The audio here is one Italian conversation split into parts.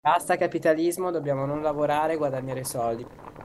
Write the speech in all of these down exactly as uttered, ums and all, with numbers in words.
Basta capitalismo, dobbiamo non lavorare e guadagnare soldi.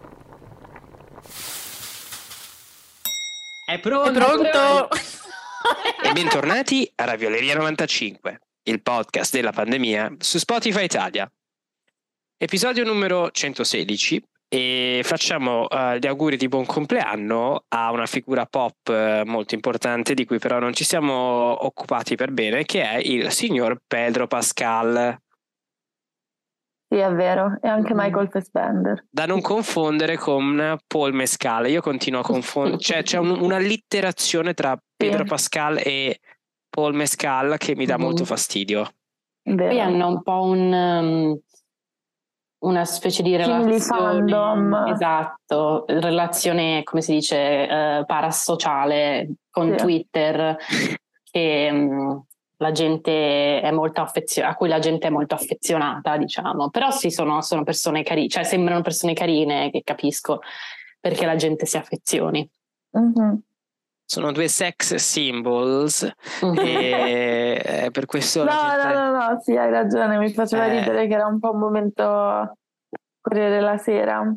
È È pronto? pronto? E bentornati a Ravioleria novantacinque, il podcast della pandemia su Spotify Italia. Episodio numero centosedici e facciamo uh, gli auguri di buon compleanno a una figura pop uh, molto importante di cui però non ci siamo occupati per bene, che è il signor Pedro Pascal. Sì, è vero, e anche Michael Fassbender. Da non confondere con Paul Mescal. Io continuo a confondere, cioè c'è un, un'allitterazione tra Pedro Sì. Pascal e Paul Mescal che mi dà Mhm. molto fastidio. È vero. Poi hanno un po' un, um, una specie di Simili relazione, fandom. esatto, relazione, come si dice, eh, parasociale con Sì. Twitter, che um, la gente è molto affezio- a cui la gente è molto affezionata, diciamo. Però sì, sono, sono persone carine, cioè sembrano persone carine, che capisco perché la gente si affezioni. Mhm. Sono due sex symbols e eh, per questo No, la gente... no, no, no, sì, hai ragione, mi faceva Eh. ridere che era un po' un momento Corriere la Sera.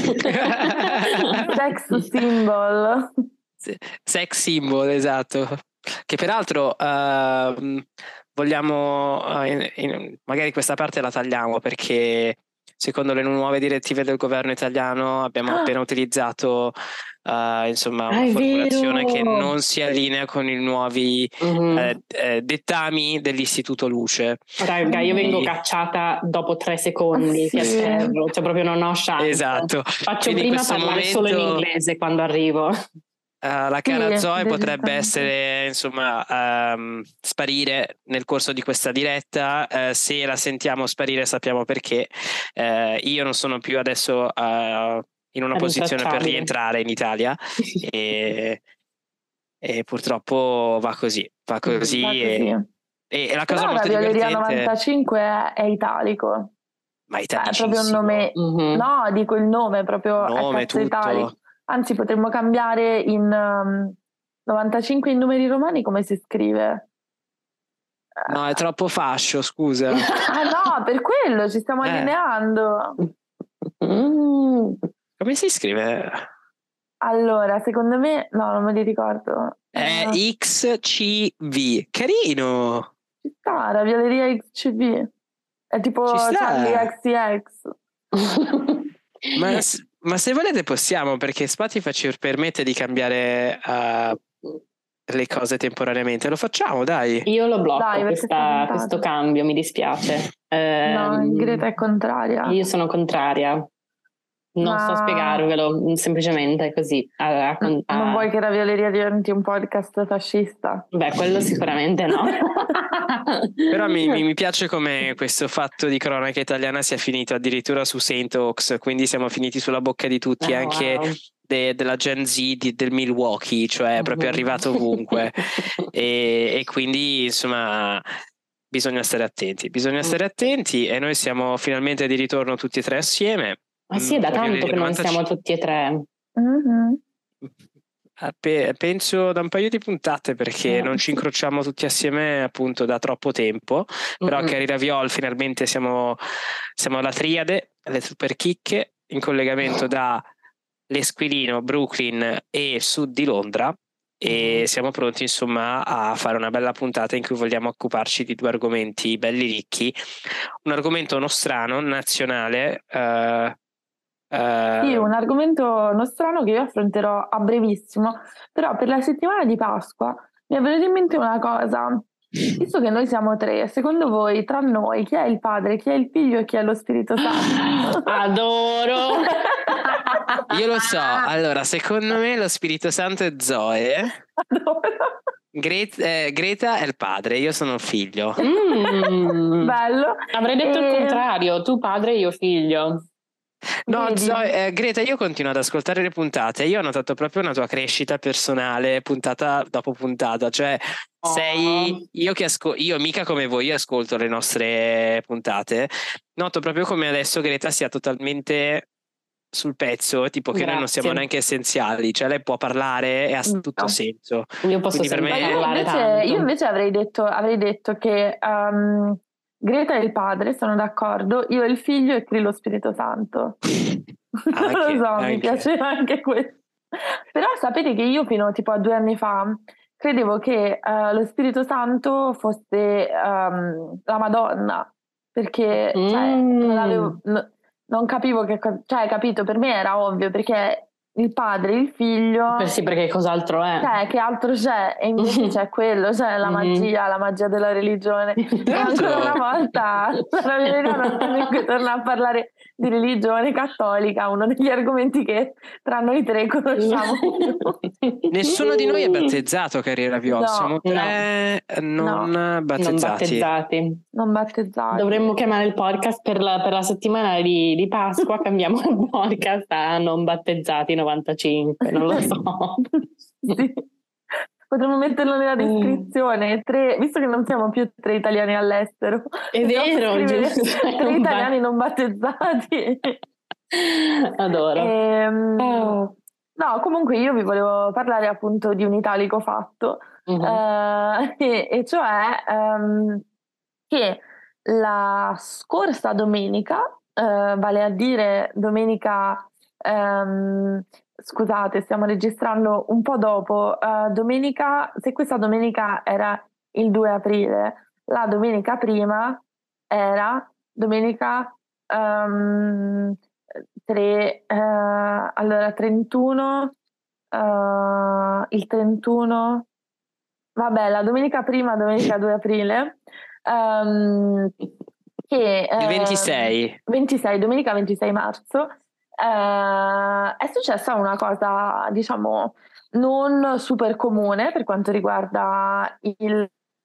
Sex symbol. Sex symbol, esatto. Che peraltro uh, vogliamo uh, in, in, magari questa parte la tagliamo perché secondo le nuove direttive del governo italiano abbiamo Ah. appena utilizzato uh, insomma Ah, una è formulazione vero! che non si allinea con i nuovi Mhm. eh, eh, dettami dell'Istituto Luce. Raga, io vengo Quindi- cacciata dopo tre secondi Sì. che atterro, cioè proprio non ho chance. Esatto. Faccio Quindi in prima questo parlare solo in momento- inglese quando arrivo. Uh, la cara Sì, Zoe potrebbe decisamente. essere, insomma, um, sparire nel corso di questa diretta. Uh, se la sentiamo sparire sappiamo perché. Uh, io non sono più adesso uh, in una posizione per Rintracciabile. rientrare in Italia e, e purtroppo va così, va così. Va così. E, e la cosa Però molto Ravioleria divertente... novantacinque è, è italico. Ma è Cioè, è proprio un italicissimo. nome. Mhm. No, dico il nome, proprio Nome, è cazzo tutto. italico. Anzi, potremmo cambiare in um, novantacinque in numeri romani come si scrive? No, è troppo fascio, scusa. Ah no, per quello ci stiamo Eh. allineando. Mm. Come si scrive? Allora, secondo me, no, non me li ricordo. È Eh, X C V. Carino. ci sta, Ravioleria X C V. È tipo Ci sta. Charlie X T X. Ma, s- ma se volete possiamo, perché Spotify ci permette di cambiare uh, le cose temporaneamente. Lo facciamo, dai. Io lo blocco Dai, perché questa- sta puntato. questo cambio, mi dispiace. No, Ehm, Greta è contraria. Io sono contraria. Non Ma- so spiegarvelo, semplicemente è così. A- a- Non a- vuoi che Ravioleria diventi un podcast fascista? Beh, quello sicuramente no. Però mi, mi- mi piace come questo fatto di cronaca italiana sia finito addirittura su Saint Oaks, quindi siamo finiti sulla bocca di tutti, Oh, anche wow. de- della Gen Z di- del Milwaukee, cioè è proprio Mhm. arrivato ovunque. e, e quindi insomma bisogna stare attenti, bisogna stare attenti e noi siamo finalmente di ritorno tutti e tre assieme. Ma sì, è da Mm, tanto Ravioleria che non novantacinque. siamo tutti e tre. Mhm. Ah, pe- penso da un paio di puntate perché Eh, non ci sì. incrociamo tutti assieme appunto da troppo tempo, però Mm-mm. cari Raviol finalmente siamo, siamo alla triade, le super chicche in collegamento da l'Esquilino, Brooklyn e sud di Londra e Mhm. siamo pronti insomma a fare una bella puntata in cui vogliamo occuparci di due argomenti belli ricchi, un argomento nostrano, nazionale, eh, eh, Sì, un argomento nostrano che io affronterò a brevissimo, però per la settimana di Pasqua mi è venuta in mente una cosa. Visto che noi siamo tre, secondo voi, tra noi, chi è il padre, chi è il figlio e chi è lo Spirito Santo? Adoro. Io lo so, allora secondo me lo Spirito Santo è Zoe, Adoro. Gre- eh, Greta è il padre, io sono il figlio. Mm. Bello. Avrei detto il E- contrario, tu padre, io figlio. No, Vedi? Zoe, eh, Greta, io continuo ad ascoltare le puntate, io ho notato proprio una tua crescita personale puntata dopo puntata, cioè sei io che asco- io mica come voi io ascolto le nostre puntate, noto proprio come adesso Greta sia totalmente sul pezzo, tipo che noi non siamo Grazie. neanche essenziali, cioè lei può parlare e ha No. tutto senso. Io posso Quindi per sempre Ma me- io parlare invece, tanto. io invece avrei detto, avrei detto che um, Greta è il padre, sono d'accordo, io e il figlio e Cri lo Spirito Santo. Non Anche, lo so, anche. mi piaceva anche questo. Però sapete che io fino tipo a due anni fa credevo che eh, lo Spirito Santo fosse ehm, la Madonna, perché cioè, non, avevo, Mm. no- non capivo che cosa, cioè capito, per me era ovvio, perché il padre, il figlio, Per sì, perché cos'altro è? cioè che altro c'è? E invece c'è quello, c'è la Mhm. magia, la magia della religione. E Tra ancora l'altro- una volta la Ravioleria comunque torna a parlare di religione cattolica, uno degli argomenti che tra noi tre conosciamo più. Nessuno di noi è battezzato, cari Raviol. No, Siamo tre non no. battezzati. Non battezzati. Non battezzati. Dovremmo chiamare il podcast per la, per la settimana di, di Pasqua, cambiamo il podcast a non battezzati novantacinque, non lo so. Sì. Potremmo metterlo nella descrizione, tre, visto che non siamo più tre italiani all'estero. È possiamo vero, scrivere giusto. tre italiani non battezzati. Adoro. Ehm, Oh. No, comunque io vi volevo parlare appunto di un italico fatto, Mhm. eh, e, e cioè ehm, che la scorsa domenica, eh, vale a dire domenica, ehm, scusate, stiamo registrando un po' dopo, eh, domenica, se questa domenica era il due aprile, la domenica prima era domenica ehm, tre, eh, allora trentuno, eh, il trentuno, vabbè, la domenica prima, domenica due aprile, ehm, che Il ehm, ventisei. ventisei, domenica ventisei marzo, eh, è successa una cosa, diciamo, non super comune per quanto riguarda il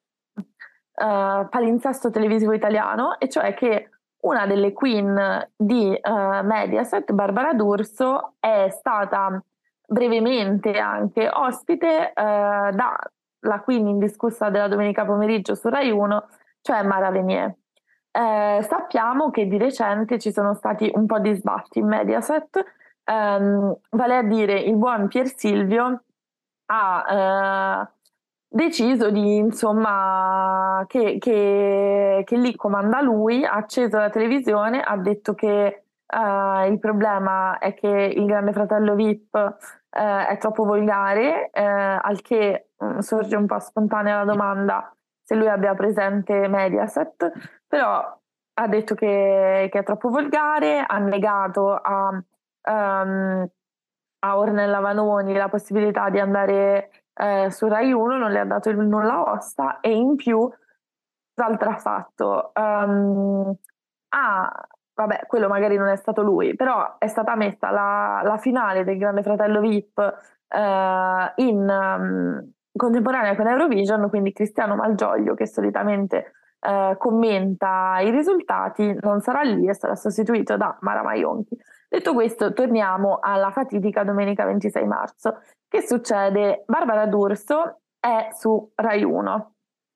eh, palinsesto televisivo italiano, e cioè che una delle queen di eh, Mediaset, Barbara D'Urso, è stata brevemente anche ospite eh, dalla queen indiscussa della domenica pomeriggio su Rai uno, cioè Mara Venier. Eh, sappiamo che di recente ci sono stati un po' di sbatti in Mediaset, ehm, vale a dire il buon Pier Silvio ha eh, deciso di, insomma, che, che, che lì comanda lui, ha acceso la televisione, ha detto che eh, il problema è che il Grande Fratello V I P eh, è troppo volgare, eh, al che mh, sorge un po' spontanea la domanda se lui abbia presente Mediaset, però ha detto che, che è troppo volgare, ha negato a, um, a Ornella Vanoni la possibilità di andare eh, su Rai uno, non le ha dato il nulla osta, e in più cos'altro ha fatto? Um, ah, vabbè, quello magari non è stato lui, però è stata messa la, la finale del Grande Fratello V I P eh, in um, contemporanea con Eurovision, quindi Cristiano Malgioglio, che solitamente eh, commenta i risultati, non sarà lì e sarà sostituito da Mara Maionchi. Detto questo, torniamo alla fatidica domenica ventisei marzo. Che succede? Barbara D'Urso è su Rai uno.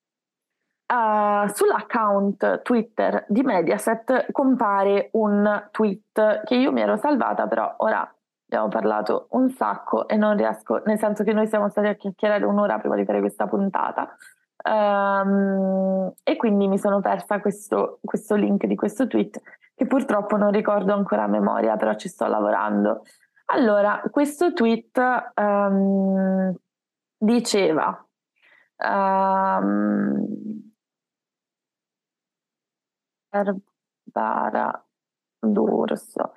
Uh, sull'account Twitter di Mediaset compare un tweet che io mi ero salvata, però ora abbiamo parlato un sacco e non riesco, nel senso che noi siamo stati a chiacchierare un'ora prima di fare questa puntata, um, e quindi mi sono persa questo, questo link di questo tweet che purtroppo non ricordo ancora a memoria, però ci sto lavorando. Allora, questo tweet um, diceva um, Barbara D'Urso.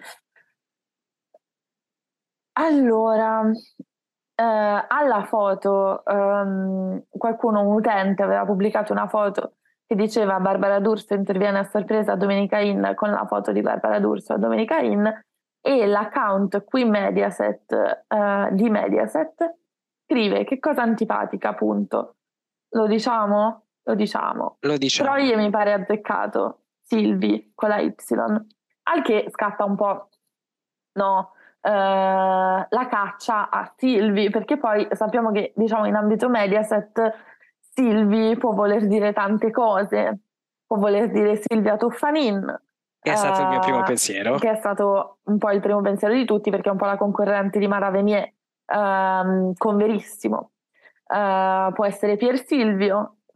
Allora, eh, alla foto, ehm, qualcuno, un utente, aveva pubblicato una foto che diceva Barbara D'Urso interviene a sorpresa a Domenica In, con la foto di Barbara D'Urso a Domenica In, e l'account qui Mediaset eh, di Mediaset scrive: che cosa antipatica, appunto. Lo diciamo? Lo diciamo. Lo diciamo. Troie mi pare azzeccato. Silvi con la Y, al che scatta un po', no, eh, la caccia a Silvi, perché poi sappiamo che, diciamo, in ambito Mediaset Silvi può voler dire tante cose, può voler dire Silvia Toffanin, Che è stato il mio primo eh, pensiero. che è stato un po' il primo pensiero di tutti, perché è un po' la concorrente di Mara Venier, ehm, con Verissimo. Uh, può essere Pier Silvio,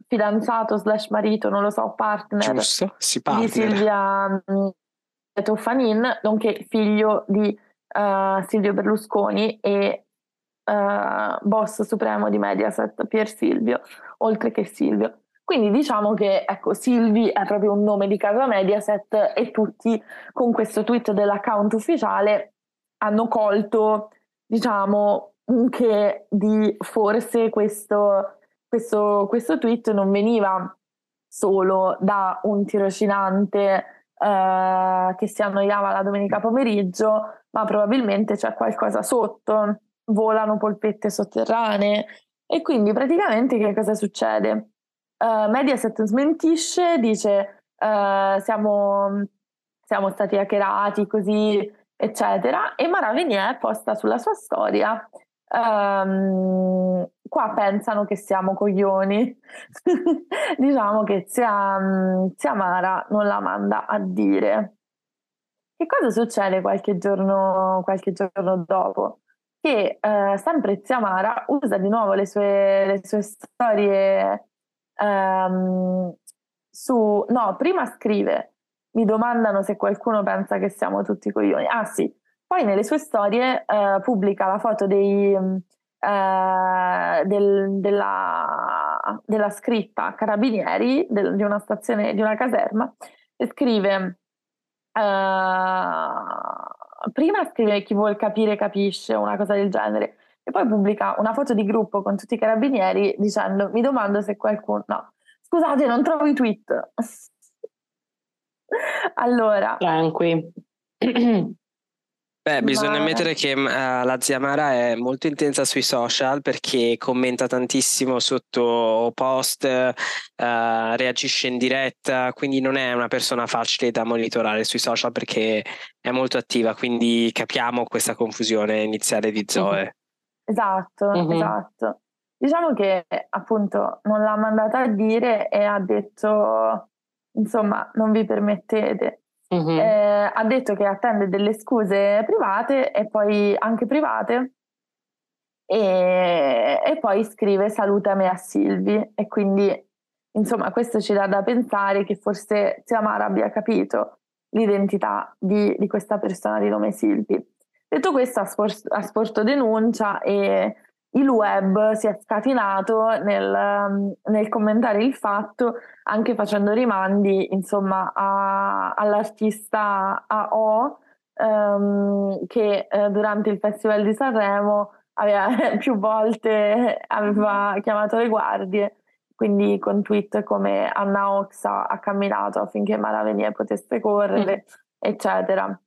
fidanzato slash marito, non lo so, partner Giusto, si di partner. Silvia mh, Toffanin, nonché figlio di uh, Silvio Berlusconi e uh, boss supremo di Mediaset, Pier Silvio, oltre che Silvio. Quindi diciamo che ecco, Silvi è proprio un nome di casa Mediaset e tutti con questo tweet dell'account ufficiale hanno colto, diciamo, che di forse questo, questo, questo tweet non veniva solo da un tirocinante eh, che si annoiava la domenica pomeriggio, ma probabilmente c'è qualcosa sotto, volano polpette sotterranee e quindi praticamente che cosa succede? Uh, Mediaset smentisce, dice uh, siamo, siamo stati hackerati così eccetera e Mara Venier posta sulla sua storia um, qua pensano che siamo coglioni diciamo che zia, zia Mara non la manda a dire. Che cosa succede qualche giorno, qualche giorno dopo? Che uh, sempre zia Mara usa di nuovo le sue, le sue storie Um, su no, prima scrive mi domandano se qualcuno pensa che siamo tutti coglioni. Ah sì, poi nelle sue storie uh, pubblica la foto dei, uh, del, della, della scritta carabinieri del, di una stazione, di una caserma e scrive uh, prima scrive chi vuol capire capisce, una cosa del genere. E poi pubblica una foto di gruppo con tutti i carabinieri dicendo mi domando se qualcuno... No, scusate, non trovo i tweet. Allora... Tranqui. Beh, bisogna Ma- ammettere che uh, la zia Mara è molto intensa sui social perché commenta tantissimo sotto post, uh, reagisce in diretta, quindi non è una persona facile da monitorare sui social perché è molto attiva, quindi capiamo questa confusione iniziale di Zoe. Esatto, Mhm. esatto. Diciamo che appunto non l'ha mandata a dire e ha detto, insomma, non vi permettete. Mhm. Eh, ha detto che attende delle scuse private e poi anche private e, e poi scrive salutami a Silvi e quindi insomma questo ci dà da pensare che forse zia Mara abbia capito l'identità di, di questa persona di nome Silvi. Detto questo ha, spor- ha sporto denuncia e il web si è scatinato nel, nel commentare il fatto anche facendo rimandi insomma a, all'artista A O ehm, che eh, durante il Festival di Sanremo aveva più volte aveva chiamato le guardie, quindi con tweet come Anna Oxa ha camminato affinché Mara Venier potesse correre, eccetera.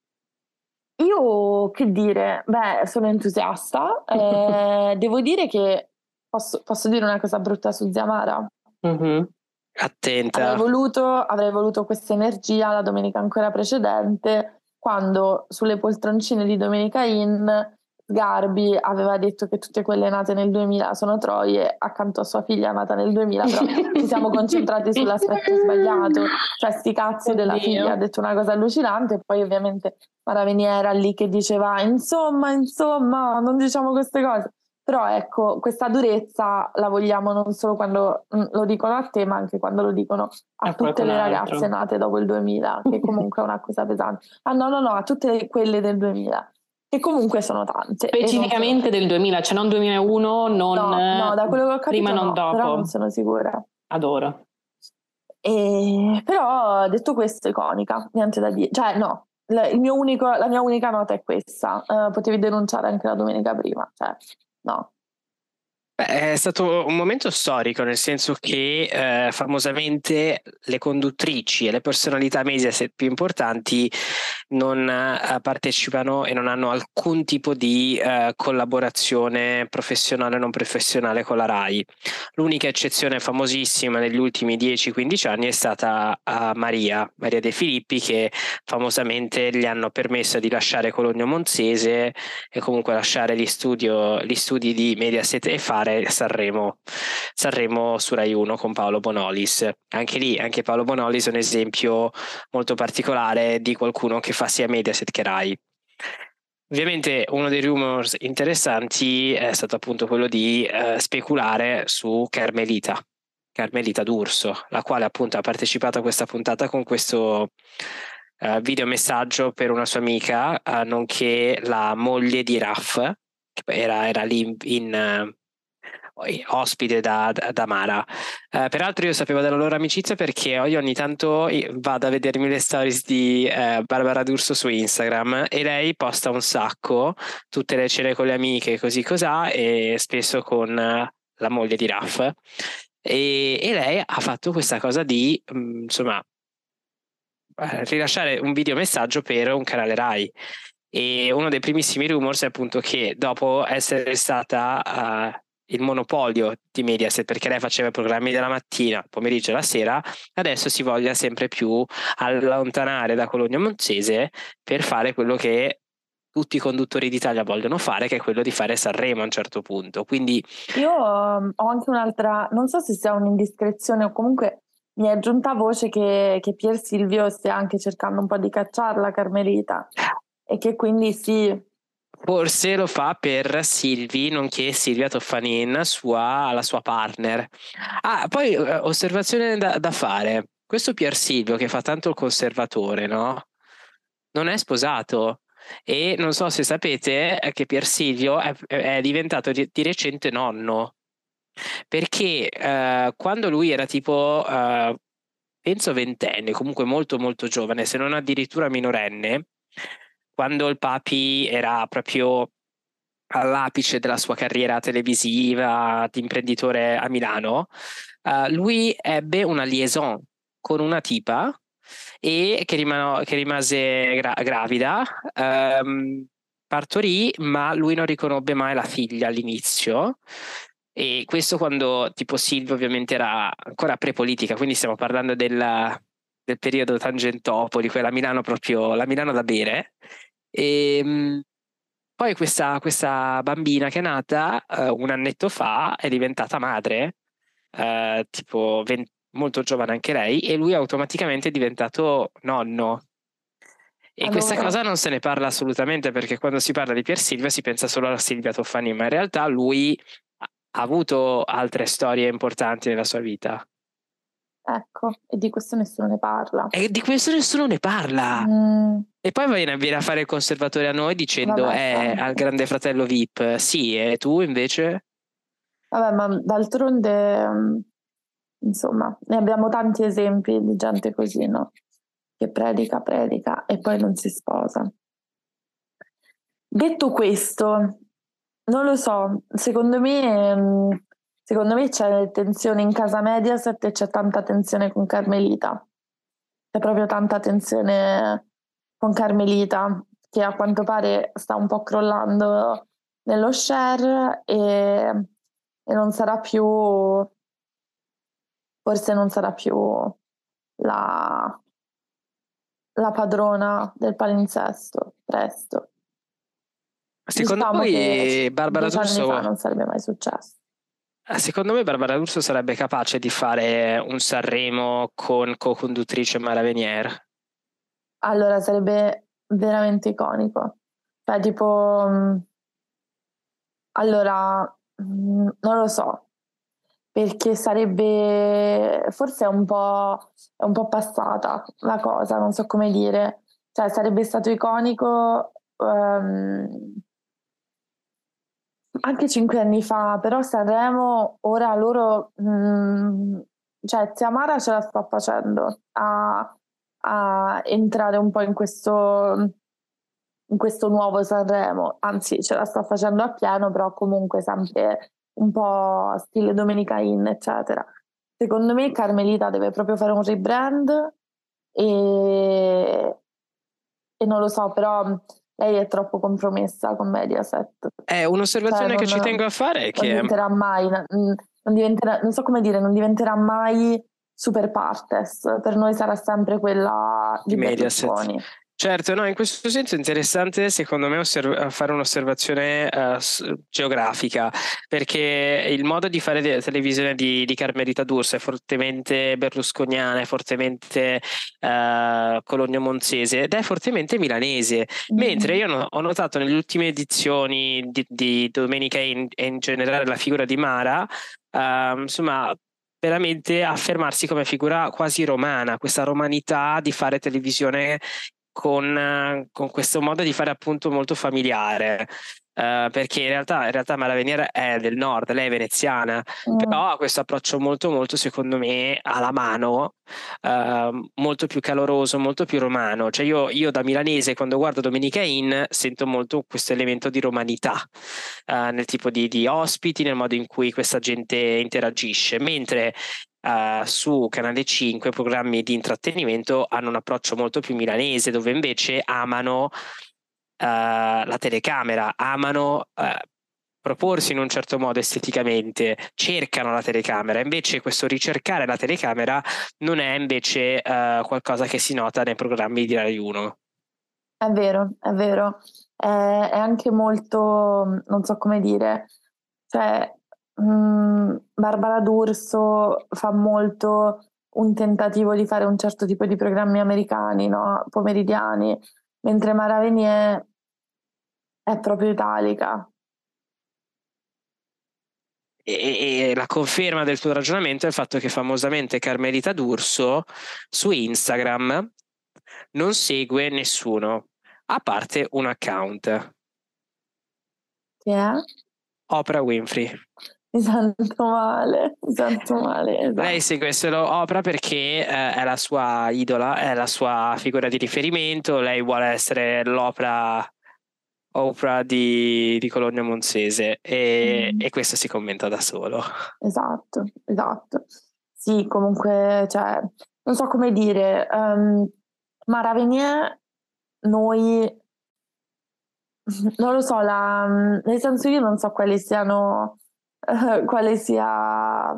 Io che dire, beh, sono entusiasta, eh, devo dire che posso, posso dire una cosa brutta su zia Mara? Mhm. Attenta. Avrei voluto, avrei voluto questa energia la domenica ancora precedente, quando sulle poltroncine di Domenica In Sgarbi aveva detto che tutte quelle nate nel duemila sono troie, accanto a sua figlia nata nel duemila, però ci siamo concentrati sull'aspetto sbagliato, cioè sti cazzi della Oddio. figlia, ha detto una cosa allucinante, e poi ovviamente Mara Veniera lì che diceva insomma, insomma, non diciamo queste cose. Però ecco, questa durezza la vogliamo non solo quando mh, lo dicono a te, ma anche quando lo dicono a, A tutte le qualcun ragazze altro. nate dopo il duemila, che comunque è una cosa pesante. Ah no, no, no, a tutte le- quelle del duemila, che comunque sono tante. e non sono- Specificamente del duemila, cioè non duemilauno, non No, no, da quello che ho capito prima, non no, dopo. però non sono sicura. Adoro. E, però detto questo, iconica, niente da dire. Cioè no, l- il mio unico, la mia unica nota è questa. Eh, potevi denunciare anche la domenica prima, cioè no. Beh, è stato un momento storico, nel senso che eh, famosamente le conduttrici e le personalità Mediaset più importanti non eh, partecipano e non hanno alcun tipo di eh, collaborazione professionale o non professionale con la Rai. L'unica eccezione famosissima negli ultimi dieci quindici anni è stata uh, Maria, Maria De Filippi, che famosamente gli hanno permesso di lasciare Cologno Monzese e comunque lasciare gli, studio, gli studi di Mediaset e fare Sanremo, Sanremo su Rai uno con Paolo Bonolis. Anche lì, anche Paolo Bonolis è un esempio molto particolare di qualcuno che fa sia Mediaset che Rai. Ovviamente uno dei rumors interessanti è stato appunto quello di eh, speculare su Carmelita. Carmelita D'Urso, la quale appunto ha partecipato a questa puntata con questo uh, videomessaggio per una sua amica, uh, nonché la moglie di Raf, che era, era lì in, in uh, ospite da, da, da Mara. Uh, peraltro io sapevo della loro amicizia perché io ogni tanto vado a vedermi le stories di uh, Barbara D'Urso su Instagram e lei posta un sacco tutte le cene con le amiche, così cos'ha, e spesso con uh, la moglie di Raf. E, e lei ha fatto questa cosa di mh, insomma rilasciare un videomessaggio per un canale Rai. E uno dei primissimi rumors è appunto che dopo essere stata uh, il monopolio di Mediaset, perché lei faceva i programmi della mattina, pomeriggio e la sera, adesso si voglia sempre più allontanare da Cologno Monzese per fare quello che tutti i conduttori d'Italia vogliono fare, che è quello di fare Sanremo a un certo punto. Quindi io um, ho anche un'altra, non so se sia un'indiscrezione o comunque mi è giunta voce che, che Pier Silvio stia anche cercando un po' di cacciarla, Carmelita, e che quindi sì. Forse lo fa per Silvi, nonché Silvia Toffanin, sua, la sua partner. Ah, poi eh, osservazione da, da fare. Questo Pier Silvio che fa tanto il conservatore, no? Non è sposato. E non so se sapete che Pier Silvio è, è diventato di, di recente nonno. Perché eh, quando lui era tipo, eh, penso ventenne, comunque molto molto giovane, se non addirittura minorenne, quando il papi era proprio all'apice della sua carriera televisiva di imprenditore a Milano, uh, lui ebbe una liaison con una tipa e che, rimano, che rimase gra- gravida, um, partorì, ma lui non riconobbe mai la figlia all'inizio. E questo quando tipo Silvio ovviamente era ancora pre-politica, quindi stiamo parlando del, del periodo Tangentopoli, quella Milano proprio, la Milano da bere. E poi questa, questa bambina che è nata uh, un annetto fa è diventata madre, uh, tipo venti, molto giovane anche lei, e lui automaticamente è diventato nonno. E Allora, questa cosa non se ne parla assolutamente, perché quando si parla di Pier Silvio si pensa solo a Silvia Toffanin, ma in realtà lui ha avuto altre storie importanti nella sua vita. ecco, e di questo nessuno ne parla. E di questo nessuno ne parla. Mm. E poi viene, viene a fare il conservatore a noi dicendo Vabbè, eh, al grande fratello V I P. Sì, e tu invece? Vabbè, ma d'altronde, mm, insomma, ne abbiamo tanti esempi di gente così, no? Che predica, predica e poi non si sposa. Detto questo, non lo so, secondo me, mm, secondo me c'è tensione in casa Mediaset e c'è tanta tensione con Carmelita. C'è proprio tanta tensione con Carmelita, che a quanto pare sta un po' crollando nello share e, e non sarà più, forse non sarà più la, la padrona del palinsesto presto. Secondo Diciamo voi che Barbara dieci anni fa D'Urso, non sarebbe mai successo. secondo me Barbara D'Urso sarebbe capace di fare un Sanremo con co-conduttrice Mara Venier. Allora sarebbe veramente iconico. Cioè, tipo, mh, allora, mh, non lo so, perché sarebbe, forse è un po', è un po' passata la cosa, non so come dire. Cioè, sarebbe stato iconico ehm, anche cinque anni fa, però Sanremo ora loro, mh, cioè Zia Mara ce la sta facendo a, a entrare un po' in questo, in questo nuovo Sanremo, anzi ce la sta facendo a pieno, però comunque sempre un po' stile Domenica In, eccetera. Secondo me Carmelita deve proprio fare un rebrand e, e non lo so, però lei è troppo compromessa con Mediaset. È un'osservazione Cioè, che non, ci tengo a fare, non che diventerà mai, non diventerà, non so come dire, non diventerà mai super partes. Per noi sarà sempre quella di di Mediaset. Berlusconi. Certo, no, in questo senso è interessante secondo me osserv- fare un'osservazione uh, s- geografica, perché il modo di fare de- televisione di, di Carmelita D'Urso è fortemente berlusconiana, è fortemente uh, Cologno Monzese ed è fortemente milanese, Mm. mentre io no- ho notato nelle ultime edizioni di, di Domenica In, e in generale la figura di Mara, uh, insomma, veramente affermarsi come figura quasi romana, questa romanità di fare televisione con, con questo modo di fare appunto molto familiare. Uh, perché in realtà, in realtà Mara Venier è del nord, lei è veneziana, Mm. però ha questo approccio molto molto secondo me alla mano, uh, molto più caloroso, molto più romano. Cioè io, io da milanese quando guardo Domenica In sento molto questo elemento di romanità uh, nel tipo di, di ospiti, nel modo in cui questa gente interagisce, mentre Uh, su Canale cinque programmi di intrattenimento hanno un approccio molto più milanese, dove invece amano uh, la telecamera, amano uh, proporsi in un certo modo esteticamente, cercano la telecamera. Invece questo ricercare la telecamera non è invece uh, qualcosa che si nota nei programmi di Rai uno. È vero, è vero, è, è anche molto, non so come dire, cioè mh, Barbara D'Urso fa molto un tentativo di fare un certo tipo di programmi americani, no? Pomeridiani, mentre Mara Venier è proprio italica. E, e la conferma del tuo ragionamento è il fatto che famosamente Carmelita D'Urso su Instagram non segue nessuno, a parte un account. Che è? Oprah Winfrey. Mi sento male, mi sento male. Esatto. Lei segue solo Oprah perché eh, è la sua idola, è la sua figura di riferimento, lei vuole essere l'Oprah Oprah di, di Cologna Monzese e, Mm. e questo si commenta da solo. Esatto, esatto. Sì, comunque, cioè, non so come dire, um, Mara Venier, noi, non lo so, la, nel senso io non so quali siano, uh, quale sia,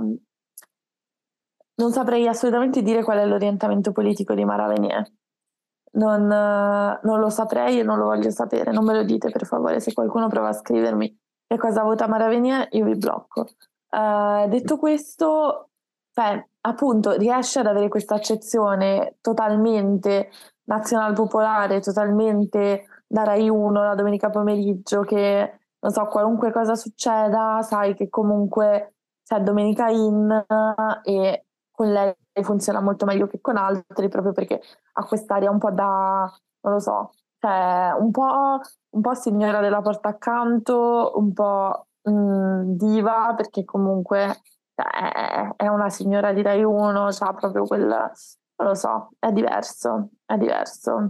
non saprei assolutamente dire qual è l'orientamento politico di Mara Venier. Non, uh, non lo saprei e non lo voglio sapere, non me lo dite per favore, se qualcuno prova a scrivermi che cosa vota Mara Venier, io vi blocco. Uh, detto questo, cioè, appunto, riesce ad avere questa accezione totalmente nazional-popolare, totalmente da Rai uno la domenica pomeriggio, che non so, qualunque cosa succeda, sai che comunque c'è Domenica In e con lei funziona molto meglio che con altri, proprio perché ha quest'aria un po' da, non lo so, cioè un po', un po' signora della porta accanto, un po' mh, diva, perché comunque cioè, è una signora di Rai uno, c'ha proprio quel, non lo so, è diverso, è diverso.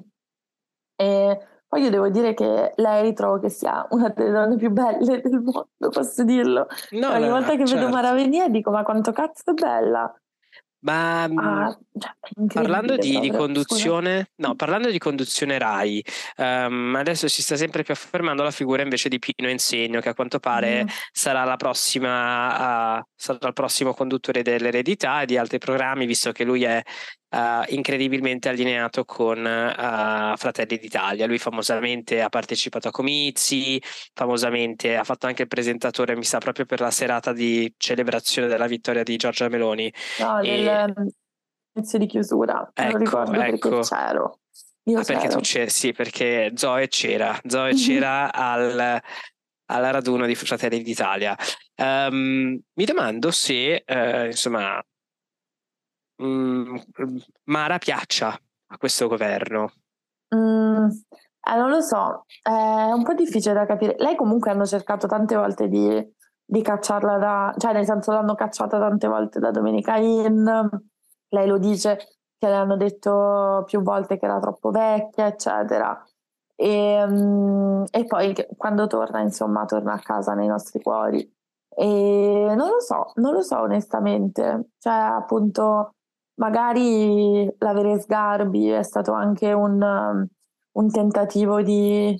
E poi io devo dire che lei trovo che sia una delle donne più belle del mondo, posso dirlo. No, Ogni no, volta che certo. vedo Mara Venier dico ma quanto cazzo è bella. Ma Ah, cioè, parlando di, di proprio. conduzione, Scusa. no, parlando di conduzione Rai, um, adesso si sta sempre più affermando la figura invece di Pino Insegno, che a quanto pare Mm. sarà la prossima, uh, sarà il prossimo conduttore dell'Eredità e di altri programmi, visto che lui è uh, incredibilmente allineato con uh, Fratelli d'Italia. Lui famosamente ha partecipato a comizi, famosamente ha fatto anche il presentatore, mi sa, proprio per la serata di celebrazione della vittoria di Giorgia Meloni. No, E... nel inizio di chiusura, me lo Ecco, ricordo perché ecco. c'ero. Io Ah, perché c'ero. tu c'eri? Sì, perché Zoe c'era. Zoe c'era al, alla raduno di Fratelli d'Italia. Um, mi domando se, uh, insomma, um, Mara piaccia a questo governo. Mm, eh, non lo so, è un po' difficile da capire. Lei comunque hanno cercato tante volte di, di cacciarla da, cioè nel senso l'hanno cacciata tante volte da Domenica In, lei lo dice che le hanno detto più volte che era troppo vecchia, eccetera. E, mm, e poi che- quando torna, insomma, torna a casa nei nostri cuori. E non lo so, non lo so onestamente, cioè appunto magari l'avere Sgarbi è stato anche un, um, un tentativo di,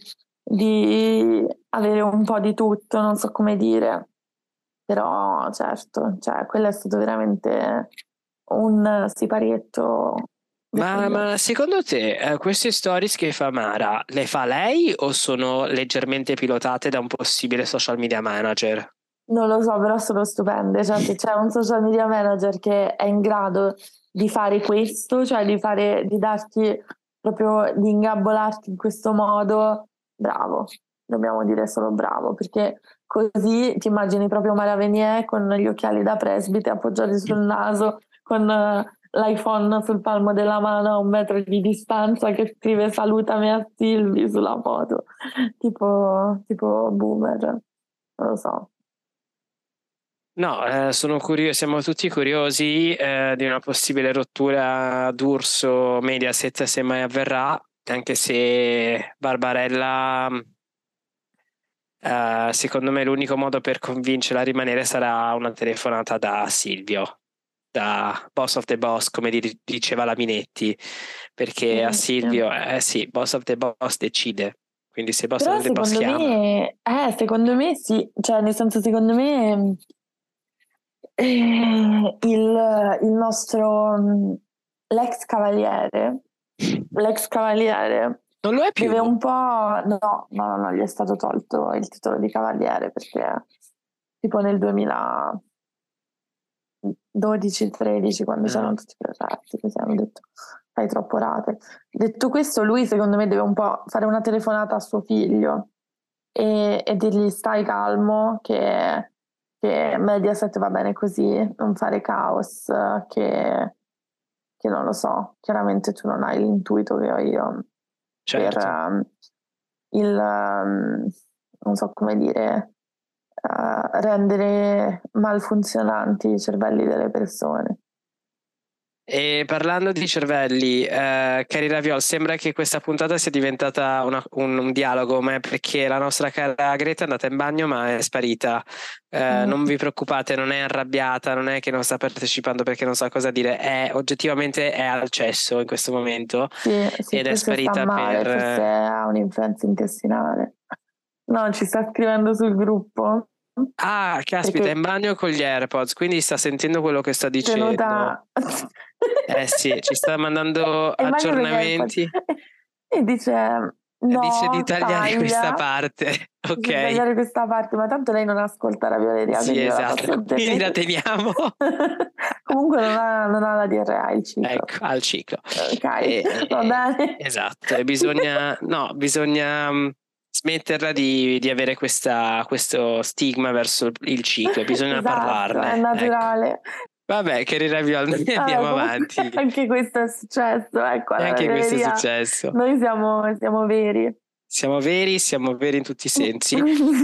di avere un po' di tutto, non so come dire, però certo, cioè quello è stato veramente un siparietto. Ma, ma secondo te eh, queste stories che fa Mara le fa lei o sono leggermente pilotate da un possibile social media manager? Non lo so, però sono stupende, cioè se c'è un social media manager che è in grado di fare questo, cioè di fare, di darti proprio, di ingabbolarti in questo modo, bravo, dobbiamo dire solo bravo, perché così ti immagini proprio Mara Venier con gli occhiali da presbite appoggiati sul naso, con eh, l'iPhone sul palmo della mano a un metro di distanza che scrive salutami a Silvi sulla foto, tipo, tipo boomer, non lo so. No, eh, sono curioso, siamo tutti curiosi eh, di una possibile rottura d'Urso Mediaset se mai avverrà, anche se Barbarella, eh, secondo me l'unico modo per convincerla a rimanere sarà una telefonata da Silvio, da boss of the boss, come di- diceva la Minetti, perché a Silvio, eh sì, boss of the boss decide, quindi se boss Però of the boss secondo chiama... me, eh, secondo me sì, cioè nel senso secondo me eh, il, il nostro mm, l'ex cavaliere, l'ex cavaliere Non lo è più. deve un po', no, no, no, no, gli è stato tolto il titolo di cavaliere perché tipo nel duemiladodici tredici quando Ah. c'erano tutti i progetti così hanno detto fai troppo rate. Detto questo, lui secondo me deve un po' fare una telefonata a suo figlio e, e dirgli stai calmo che, che Mediaset va bene così, non fare caos, che, che non lo so, chiaramente tu non hai l'intuito che ho io Certo. per um, il, um, non so come dire, uh, rendere malfunzionanti i cervelli delle persone. E parlando di cervelli, eh, cari Raviol, sembra che questa puntata sia diventata una- un, un dialogo, ma è perché la nostra cara Greta è andata in bagno ma è sparita. Eh, Mm. Non vi preoccupate, non è arrabbiata, non è che non sta partecipando perché non sa cosa dire, è oggettivamente è al cesso in questo momento Sì, sì, ed è forse sta sparita male, per... forse ha un'influenza intestinale. No, ci sta scrivendo sul gruppo. Ah, caspita, Perché è in bagno con gli AirPods, quindi sta sentendo quello che sto è dicendo. tenuta... Eh sì, ci sta mandando È in bagno con gli AirPods. aggiornamenti. E dice Dice di no, tagliare questa taglia, parte, dice di ok? tagliare questa parte, ma tanto lei non ascolta la violeria, Sì, quindi me la esatto, posso quindi la tenere. teniamo. Comunque non ha, non ha la D R A il ciclo. Ecco, al ciclo. Ok, va E- bene. esatto, e bisogna, no, bisogna mh, smetterla di, di avere questa, questo stigma verso il ciclo, bisogna Esatto, è parlarne, ecco. naturale. Vabbè, cari Raviol, noi Vabbè, andiamo comunque avanti. anche questo è successo, ecco, E alla anche questo è violeria successo. noi siamo, siamo veri. Siamo veri, siamo veri in tutti i sensi.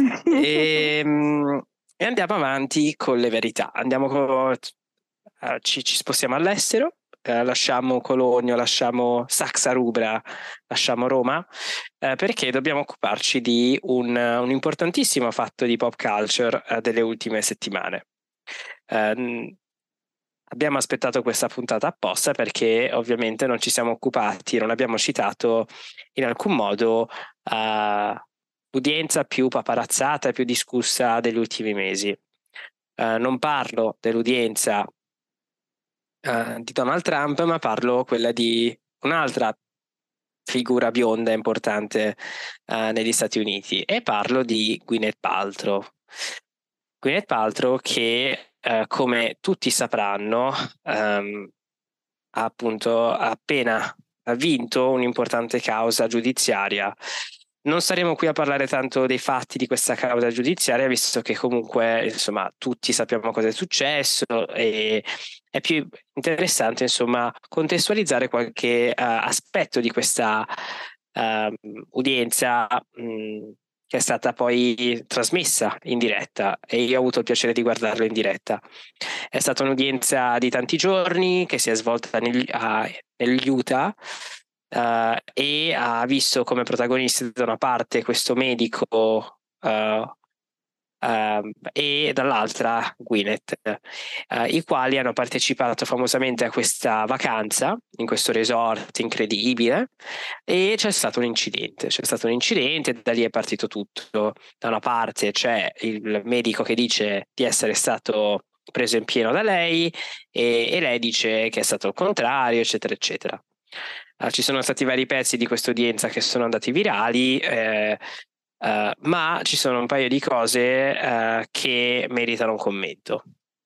E, mh, e andiamo avanti con le verità. Andiamo con, eh, ci, ci spostiamo all'estero, eh, lasciamo Cologno, lasciamo Saxa Rubra, lasciamo Roma, eh, perché dobbiamo occuparci di un, un importantissimo fatto di pop culture eh, delle ultime settimane. Eh, abbiamo aspettato questa puntata apposta perché ovviamente non ci siamo occupati, non abbiamo citato in alcun modo uh, l'udienza più paparazzata e più discussa degli ultimi mesi. Uh, non parlo dell'udienza uh, di Donald Trump, ma parlo quella di un'altra figura bionda importante uh, negli Stati Uniti e parlo di Gwyneth Paltrow. Gwyneth Paltrow che, uh, come tutti sapranno, um, ha appunto appena vinto un'importante causa giudiziaria. Non staremo qui a parlare tanto dei fatti di questa causa giudiziaria, visto che comunque insomma tutti sappiamo cosa è successo e è più interessante insomma contestualizzare qualche uh, aspetto di questa uh, udienza mh, che è stata poi trasmessa in diretta e io ho avuto il piacere di guardarlo in diretta. È stata un'udienza di tanti giorni che si è svolta nel, a, nel Utah uh, e ha visto come protagonisti da una parte questo medico uh, Uh, e dall'altra Gwyneth, uh, i quali hanno partecipato famosamente a questa vacanza in questo resort incredibile e c'è stato un incidente, c'è stato un incidente, da lì è partito tutto. Da una parte c'è il medico che dice di essere stato preso in pieno da lei e, e lei dice che è stato il contrario, eccetera, eccetera. Uh, ci sono stati vari pezzi di questa udienza che sono andati virali, eh, Uh, ma ci sono un paio di cose uh, che meritano un commento.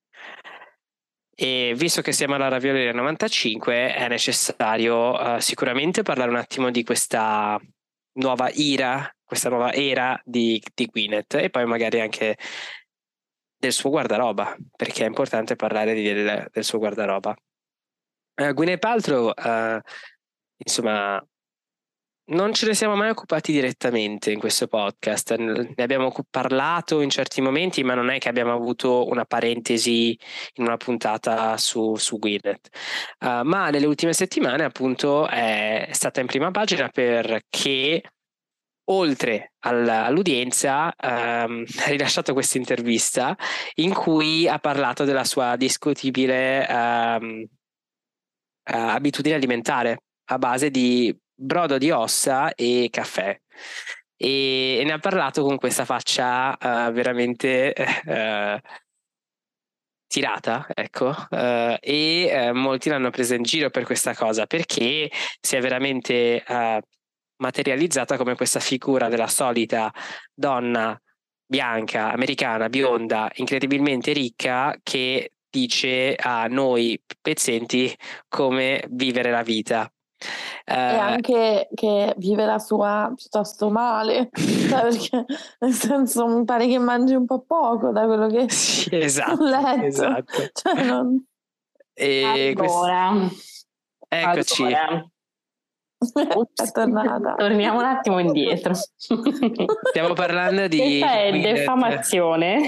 E visto che siamo alla Ravioleria novantacinque, è necessario uh, sicuramente parlare un attimo di questa nuova ira questa nuova era di, di Gwyneth, e poi magari anche del suo guardaroba, perché è importante parlare di, del, del suo guardaroba. Uh, Gwyneth Paltrow, uh, insomma, non ce ne siamo mai occupati direttamente in questo podcast, ne abbiamo parlato in certi momenti, ma non è che abbiamo avuto una parentesi in una puntata su, su Gwyneth. Uh, ma nelle ultime settimane appunto è stata in prima pagina perché, oltre all'udienza, um, ha rilasciato questa intervista in cui ha parlato della sua discutibile um, uh, abitudine alimentare a base di brodo di ossa e caffè, e, e ne ha parlato con questa faccia uh, veramente uh, tirata, ecco, uh, e uh, molti l'hanno presa in giro per questa cosa, perché si è veramente uh, materializzata come questa figura della solita donna bianca, americana, bionda, incredibilmente ricca, che dice a noi pezzenti come vivere la vita. E anche che vive la sua piuttosto male, cioè, perché nel senso mi pare che mangi un po' poco da quello che sì, esatto, ho letto. esatto. Cioè, non... E allora, quest... eccoci. Allora. È tornata. Torniamo un attimo indietro. Stiamo parlando di questa è Gwyneth. Diffamazione.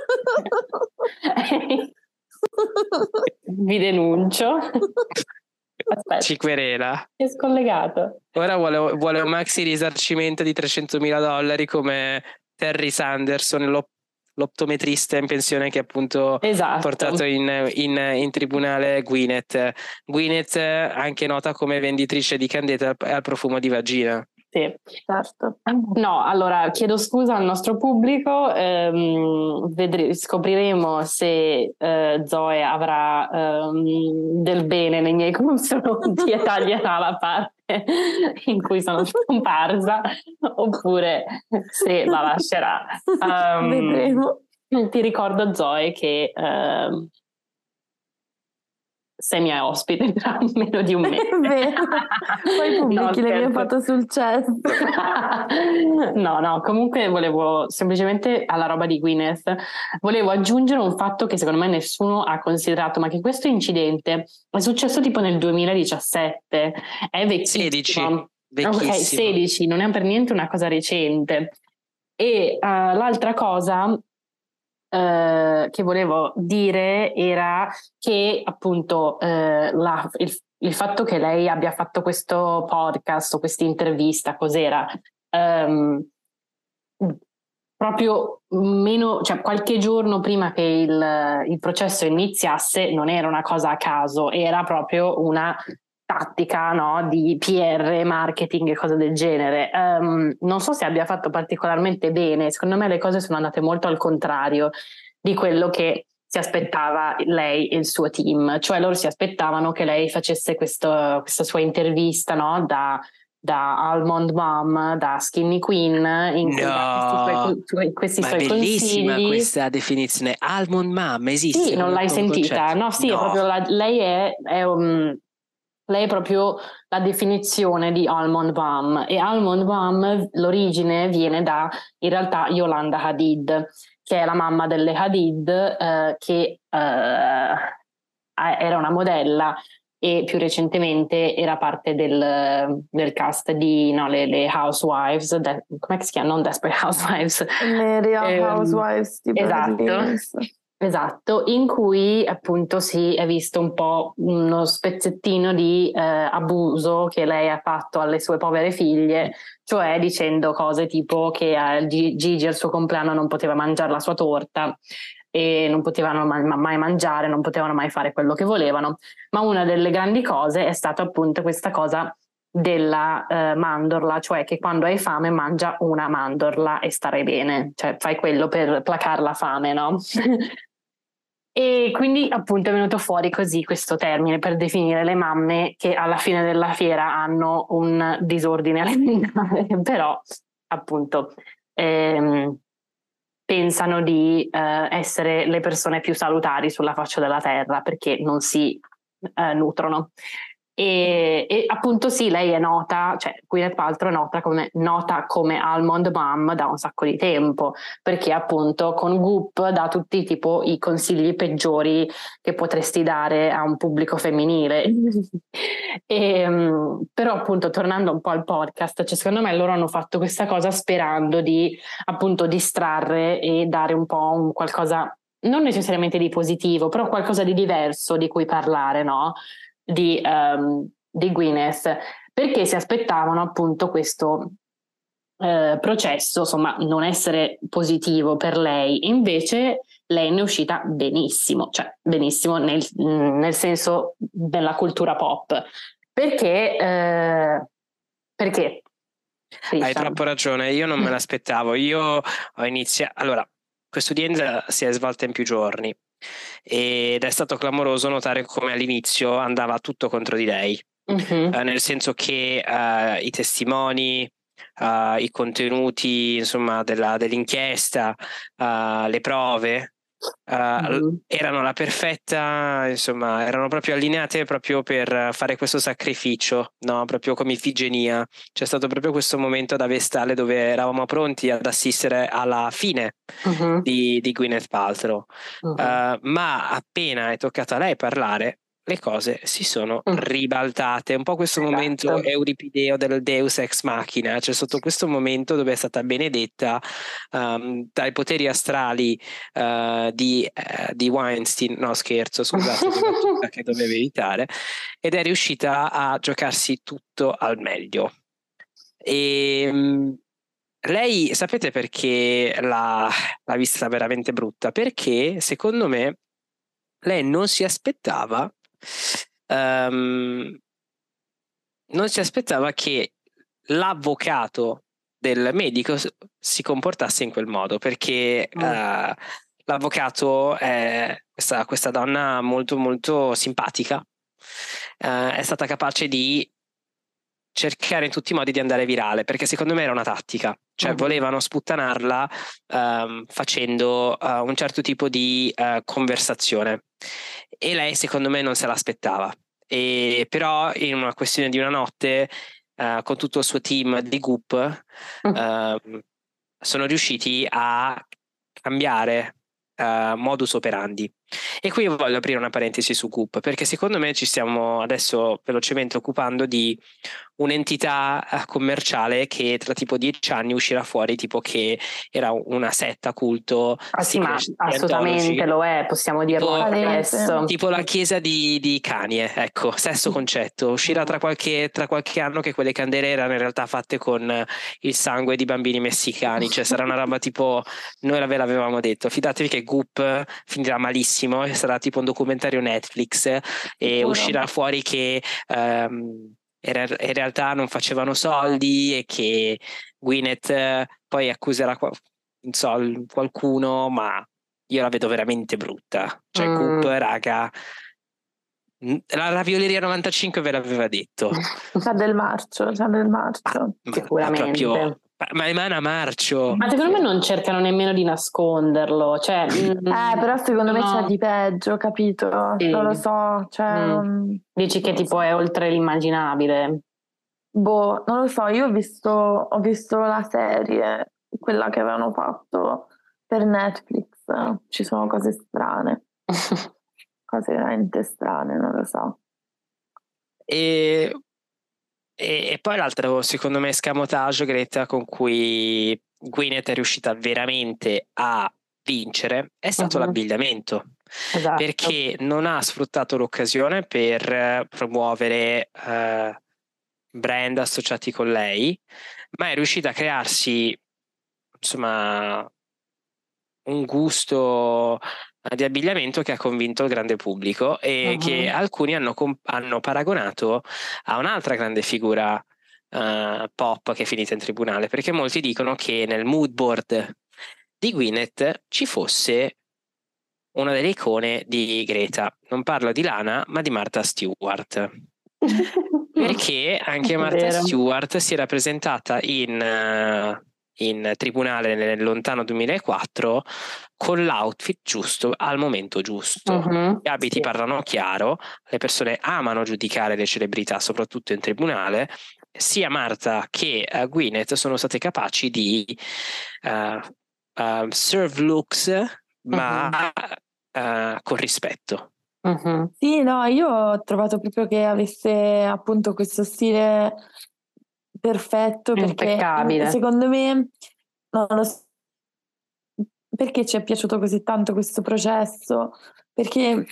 Vi denuncio. Aspetta. Ci querela. È scollegato. Ora vuole, vuole un maxi risarcimento di trecentomila dollari come Terry Sanderson, l'op- l'optometrista in pensione che appunto esatto. ha portato in, in, in tribunale Gwyneth. Gwyneth, anche nota come venditrice di candela al, al profumo di vagina. Sì, certo. No, allora chiedo scusa al nostro pubblico, ehm, vedre- scopriremo se eh, Zoe avrà ehm, del bene nei miei confronti e taglierà la parte in cui sono scomparsa, oppure se la lascerà. Um, Vedremo. Ti ricordo, Zoe, che ehm, sei mia ospite tra meno di un mese. È vero. Poi pubblichi No, le mie certo. foto sul chat. No, no, comunque volevo semplicemente alla roba di Gwyneth, volevo aggiungere un fatto che secondo me nessuno ha considerato, ma che questo incidente è successo tipo nel duemiladiciassette, è vecchissimo. sedici, Ok, sedici, non è per niente una cosa recente. E uh, l'altra cosa Uh, che volevo dire era che appunto uh, la, il, il fatto che lei abbia fatto questo podcast o questa intervista, cos'era? Um, proprio meno, cioè qualche giorno prima che il, il processo iniziasse, non era una cosa a caso, era proprio una tattica, no, di P R, marketing e cose del genere. Um, non so se abbia fatto particolarmente bene, secondo me le cose sono andate molto al contrario di quello che si aspettava lei e il suo team, cioè loro si aspettavano che lei facesse questo, questa sua intervista, no, da, da Almond Mom, da Skinny Queen, in cui no, dà questi suoi, questi ma suoi è bellissima consigli. Questa definizione. Almond Mom esiste? Sì, non l'hai sentita? Concetto. No, sì, no. è proprio la, lei è, è um, lei è proprio la definizione di Almond Mom, e Almond Mom l'origine viene da, in realtà, Yolanda Hadid, che è la mamma delle Hadid, eh, che eh, era una modella e più recentemente era parte del, del cast di no, le, le Housewives, de, come si chiama? Non Desperate Housewives. Le Real eh, Housewives di esatto. Esatto, in cui appunto si è visto un po' uno spezzettino di eh, abuso che lei ha fatto alle sue povere figlie, cioè dicendo cose tipo che a Gigi al suo compleanno non poteva mangiare la sua torta e non potevano mai mangiare, non potevano mai fare quello che volevano, ma una delle grandi cose è stata appunto questa cosa della eh, mandorla, cioè che quando hai fame mangia una mandorla e starai bene, cioè fai quello per placare la fame, no? E quindi appunto è venuto fuori così questo termine per definire le mamme che alla fine della fiera hanno un disordine alimentare, però appunto ehm, pensano di eh, essere le persone più salutari sulla faccia della terra perché non si eh, nutrono. E, e appunto sì, lei è nota, cioè Gwyneth Paltrow è nota come, nota come Almond Mom da un sacco di tempo, perché appunto con Goop dà tutti tipo i consigli peggiori che potresti dare a un pubblico femminile. E, um, però appunto tornando un po' al podcast, cioè secondo me loro hanno fatto questa cosa sperando di appunto distrarre e dare un po' un qualcosa, non necessariamente di positivo, però qualcosa di diverso di cui parlare, no? Di, um, di Gwyneth, perché si aspettavano appunto questo eh, processo, insomma, non essere positivo per lei. Invece lei ne è uscita benissimo, cioè benissimo nel, nel senso della cultura pop. Perché? Eh, perché? Hai troppo ragione, io non me l'aspettavo. Io ho iniziato. Allora, quest'udienza si è svolta in più giorni ed è stato clamoroso notare come all'inizio andava tutto contro di lei, mm-hmm. uh, nel senso che uh, i testimoni, uh, i contenuti insomma della, dell'inchiesta, uh, le prove uh, mm-hmm. erano la perfetta, insomma erano proprio allineate proprio per fare questo sacrificio, no? Proprio come Ifigenia. C'è stato proprio questo momento da Vestale dove eravamo pronti ad assistere alla fine uh-huh. di, di Gwyneth Paltrow, uh-huh. uh, ma appena è toccato a lei parlare le cose si sono uh-huh. ribaltate, un po' questo esatto. momento euripideo del Deus ex machina, cioè sotto questo momento dove è stata benedetta um, dai poteri astrali uh, di, uh, di Weinstein, no scherzo, scusate che dovevo evitare, ed è riuscita a giocarsi tutto al meglio. E um, lei, sapete perché l'ha, l'ha vista veramente brutta? Perché secondo me lei non si aspettava um, non si aspettava che l'avvocato del medico si comportasse in quel modo, perché mm. uh, l'avvocato è questa, questa donna molto molto simpatica, uh, è stata capace di cercare in tutti i modi di andare virale, perché secondo me era una tattica, cioè uh-huh. volevano sputtanarla um, facendo uh, un certo tipo di uh, conversazione, e lei secondo me non se l'aspettava, e però in una questione di una notte uh, con tutto il suo team di Goop uh-huh. uh, sono riusciti a cambiare uh, modus operandi. E qui voglio aprire una parentesi su Goop, perché secondo me ci stiamo adesso velocemente occupando di un'entità commerciale che tra tipo dieci anni uscirà fuori tipo che era una setta culto. Ah, sì, ma assolutamente lo è, possiamo dirlo tipo, adesso. Tipo la chiesa di, di Kanye, ecco, stesso concetto. Uscirà tra qualche, tra qualche anno che quelle candele erano in realtà fatte con il sangue di bambini messicani, cioè sarà una roba tipo, noi ve l'avevamo detto, fidatevi che Goop finirà malissimo, sarà tipo un documentario Netflix e Sicuro. Uscirà fuori che um, in realtà non facevano soldi e che Gwyneth poi accuserà qualcuno, ma io la vedo veramente brutta, cioè mm. Goop, raga, la Ravioleria novantacinque ve l'aveva detto, c'ha del marcio, c'ha del marcio ma, sicuramente ma proprio, ma emana marcio. Ma secondo me non cercano nemmeno di nasconderlo, cioè, eh però secondo no. me c'è di peggio, capito? Sì. Non lo so, cioè, mm. dici che tipo è oltre l'immaginabile? Boh, non lo so, io ho visto, ho visto la serie, quella che avevano fatto per Netflix, ci sono cose strane, cose veramente strane, non lo so. E, e, e poi l'altro, secondo me, escamotage, Greta, con cui Gwyneth è riuscita veramente a vincere è stato uh-huh. l'abbigliamento, esatto. perché non ha sfruttato l'occasione per promuovere uh, brand associati con lei, ma è riuscita a crearsi insomma un gusto di abbigliamento che ha convinto il grande pubblico e uh-huh. che alcuni hanno, comp- hanno paragonato a un'altra grande figura uh, pop che è finita in tribunale, perché molti dicono che nel mood board di Gwyneth ci fosse una delle icone di Greta. Non parlo di Lana, ma di Martha Stewart. Perché anche Martha Stewart si era presentata in uh, in tribunale nel lontano duemilaquattro con l'outfit giusto al momento giusto. Mhm, Gli abiti sì. parlano chiaro, le persone amano giudicare le celebrità, soprattutto in tribunale. Sia Martha che uh, Gwyneth sono state capaci di uh, uh, serve looks, ma uh, con rispetto. Mhm. Sì, no, io ho trovato proprio che avesse appunto questo stile perfetto perché Impeccabile. secondo me non lo so, perché ci è piaciuto così tanto questo processo? Perché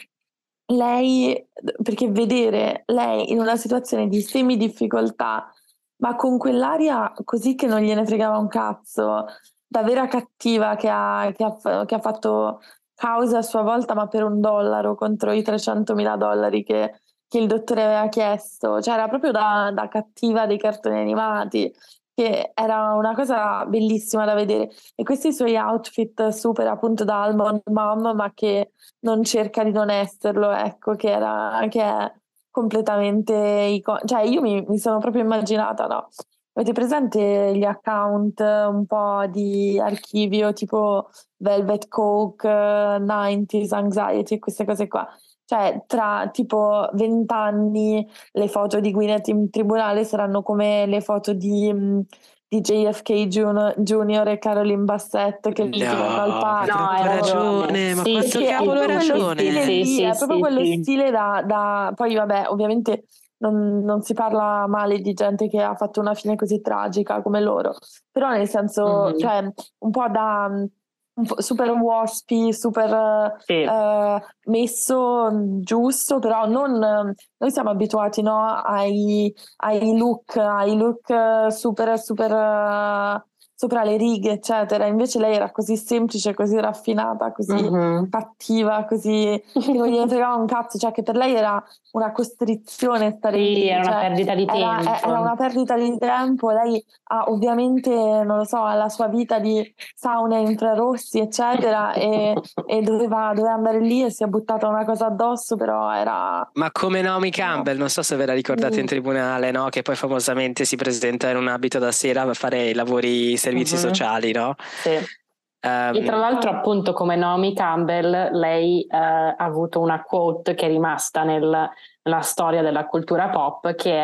lei, perché vedere lei in una situazione di semi difficoltà, ma con quell'aria così che non gliene fregava un cazzo, da vera cattiva che ha, che ha, che ha fatto causa a sua volta, ma per un dollaro contro i trecentomila dollari che, che il dottore aveva chiesto, cioè era proprio da, da cattiva dei cartoni animati, che era una cosa bellissima da vedere. E questi suoi outfit super appunto da Almond Mom, ma che non cerca di non esserlo, ecco, che era che è completamente iconico. Cioè, io mi, mi sono proprio immaginata, no? Avete presente gli account un po' di archivio tipo Velvet Coke, nineties Anxiety e queste cose qua? Cioè, tra tipo vent'anni le foto di Gwyneth in tribunale saranno come le foto di, mh, di J F K Junior Junior e Caroline Bassett che litigano al No, ma parco. No, hai troppo ragione. ragione, ma Sì, quanto sì, Perché è cavolo hai proprio quello stile ragione. sì, lì, sì, è proprio sì, quello sì. stile da, da- Poi vabbè, ovviamente non, non si parla male di gente che ha fatto una fine così tragica come loro, però nel senso, Mhm. cioè, un po' da... un po' super waspy, super Sì. eh, messo mm, giusto, però non... Noi siamo abituati, no, ai, ai look, ai look eh, super, super eh, sopra le righe, eccetera. Invece lei era così semplice, così raffinata, così Mhm. cattiva, così che non gliene fregava un cazzo, cioè che per lei era una costrizione stare Sì, lì, era una cioè perdita di era, tempo. era una perdita di tempo. Lei ha ovviamente, non lo so, la sua vita di sauna infrarossi, eccetera, e, e doveva, doveva andare lì e si è buttata una cosa addosso, però era... Ma come Naomi Campbell, non so se ve la ricordate in tribunale, no? Che poi famosamente si presenta in un abito da sera per fare i lavori, i servizi Mhm. sociali, no? Sì. Ehm, E tra l'altro, appunto, come Naomi Campbell, lei eh, ha avuto una quote che è rimasta nel- nella storia della cultura pop, che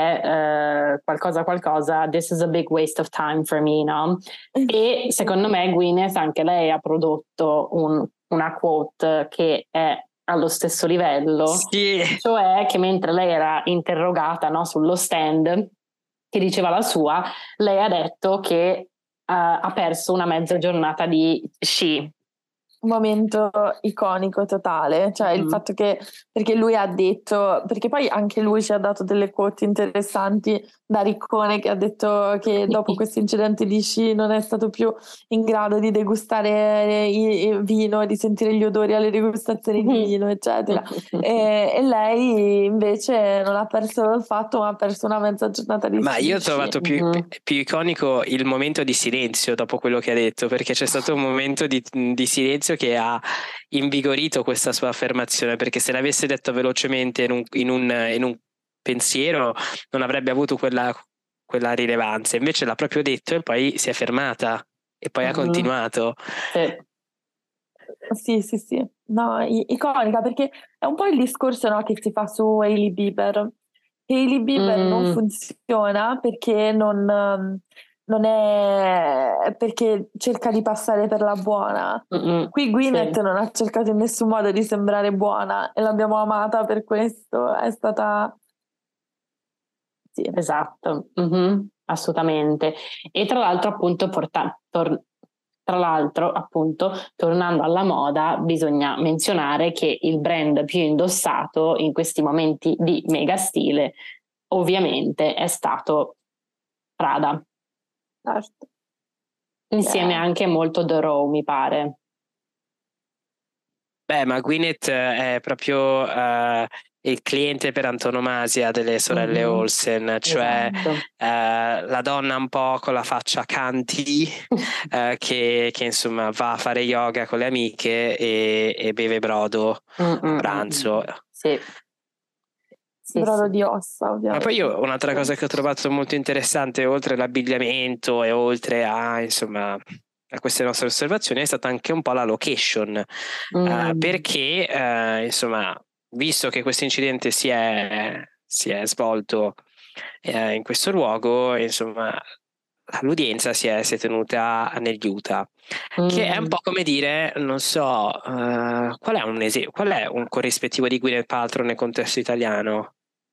è eh, qualcosa qualcosa, "This is a big waste of time for me", no? E secondo me Gwyneth, anche lei ha prodotto un- una quote che è allo stesso livello, sì, cioè che mentre lei era interrogata, no, sullo stand, che diceva la sua, lei ha detto che Uh, ha perso una mezza giornata di sci. Un momento iconico totale, cioè il Mhm. fatto che, perché lui ha detto, perché poi anche lui ci ha dato delle quote interessanti da Riccone, che ha detto che dopo questi incidenti di sci non è stato più in grado di degustare il vino, di sentire gli odori alle degustazioni di vino, eccetera. E, e lei invece non ha perso il fatto, ma ha perso una mezza giornata di ma io ho sci. trovato più, Mhm. più iconico il momento di silenzio dopo quello che ha detto, perché c'è stato un momento di, di silenzio che ha invigorito questa sua affermazione, perché se l'avesse detto velocemente in un, in un, in un pensiero non avrebbe avuto quella, quella rilevanza, invece l'ha proprio detto e poi si è fermata e poi ha Mhm. continuato. Sì. Sì, sì, sì, no, i- iconica perché è un po' il discorso, no, che si fa su Hailey Bieber. Hailey Bieber non Mm. funziona perché non, ehm, non è perché cerca di passare per la buona. Mm-mm. Qui Gwyneth Sì. non ha cercato in nessun modo di sembrare buona e l'abbiamo amata per questo. È stata... Sì. Esatto, mhm, assolutamente. E tra l'altro, appunto, porta- tor- tra l'altro, appunto, tornando alla moda, bisogna menzionare che il brand più indossato in questi momenti di mega stile, ovviamente, è stato Prada, Certo. insieme Eh, anche molto The Row, mi pare. Beh, ma Gwyneth è proprio eh, il cliente per antonomasia delle sorelle Mhm. Olsen, cioè Esatto. eh, la donna un po' con la faccia canti eh, che, che insomma va a fare yoga con le amiche e, e beve brodo a Mm-mm-mm. pranzo. Sì. sì, brodo sì. di ossa, Ma ovviamente. poi io un'altra cosa che ho trovato molto interessante, oltre all'abbigliamento e oltre a, insomma, a queste nostre osservazioni, è stata anche un po' la location, eh, Mm. perché, eh, insomma, visto che questo incidente si è, si è svolto eh, in questo luogo, insomma, l'udienza si è, si è tenuta negli Utah, che è un Mm. po' come dire, non so, eh, qual è un esempio, qual è un corrispettivo di Gwyneth Paltrow nel contesto italiano?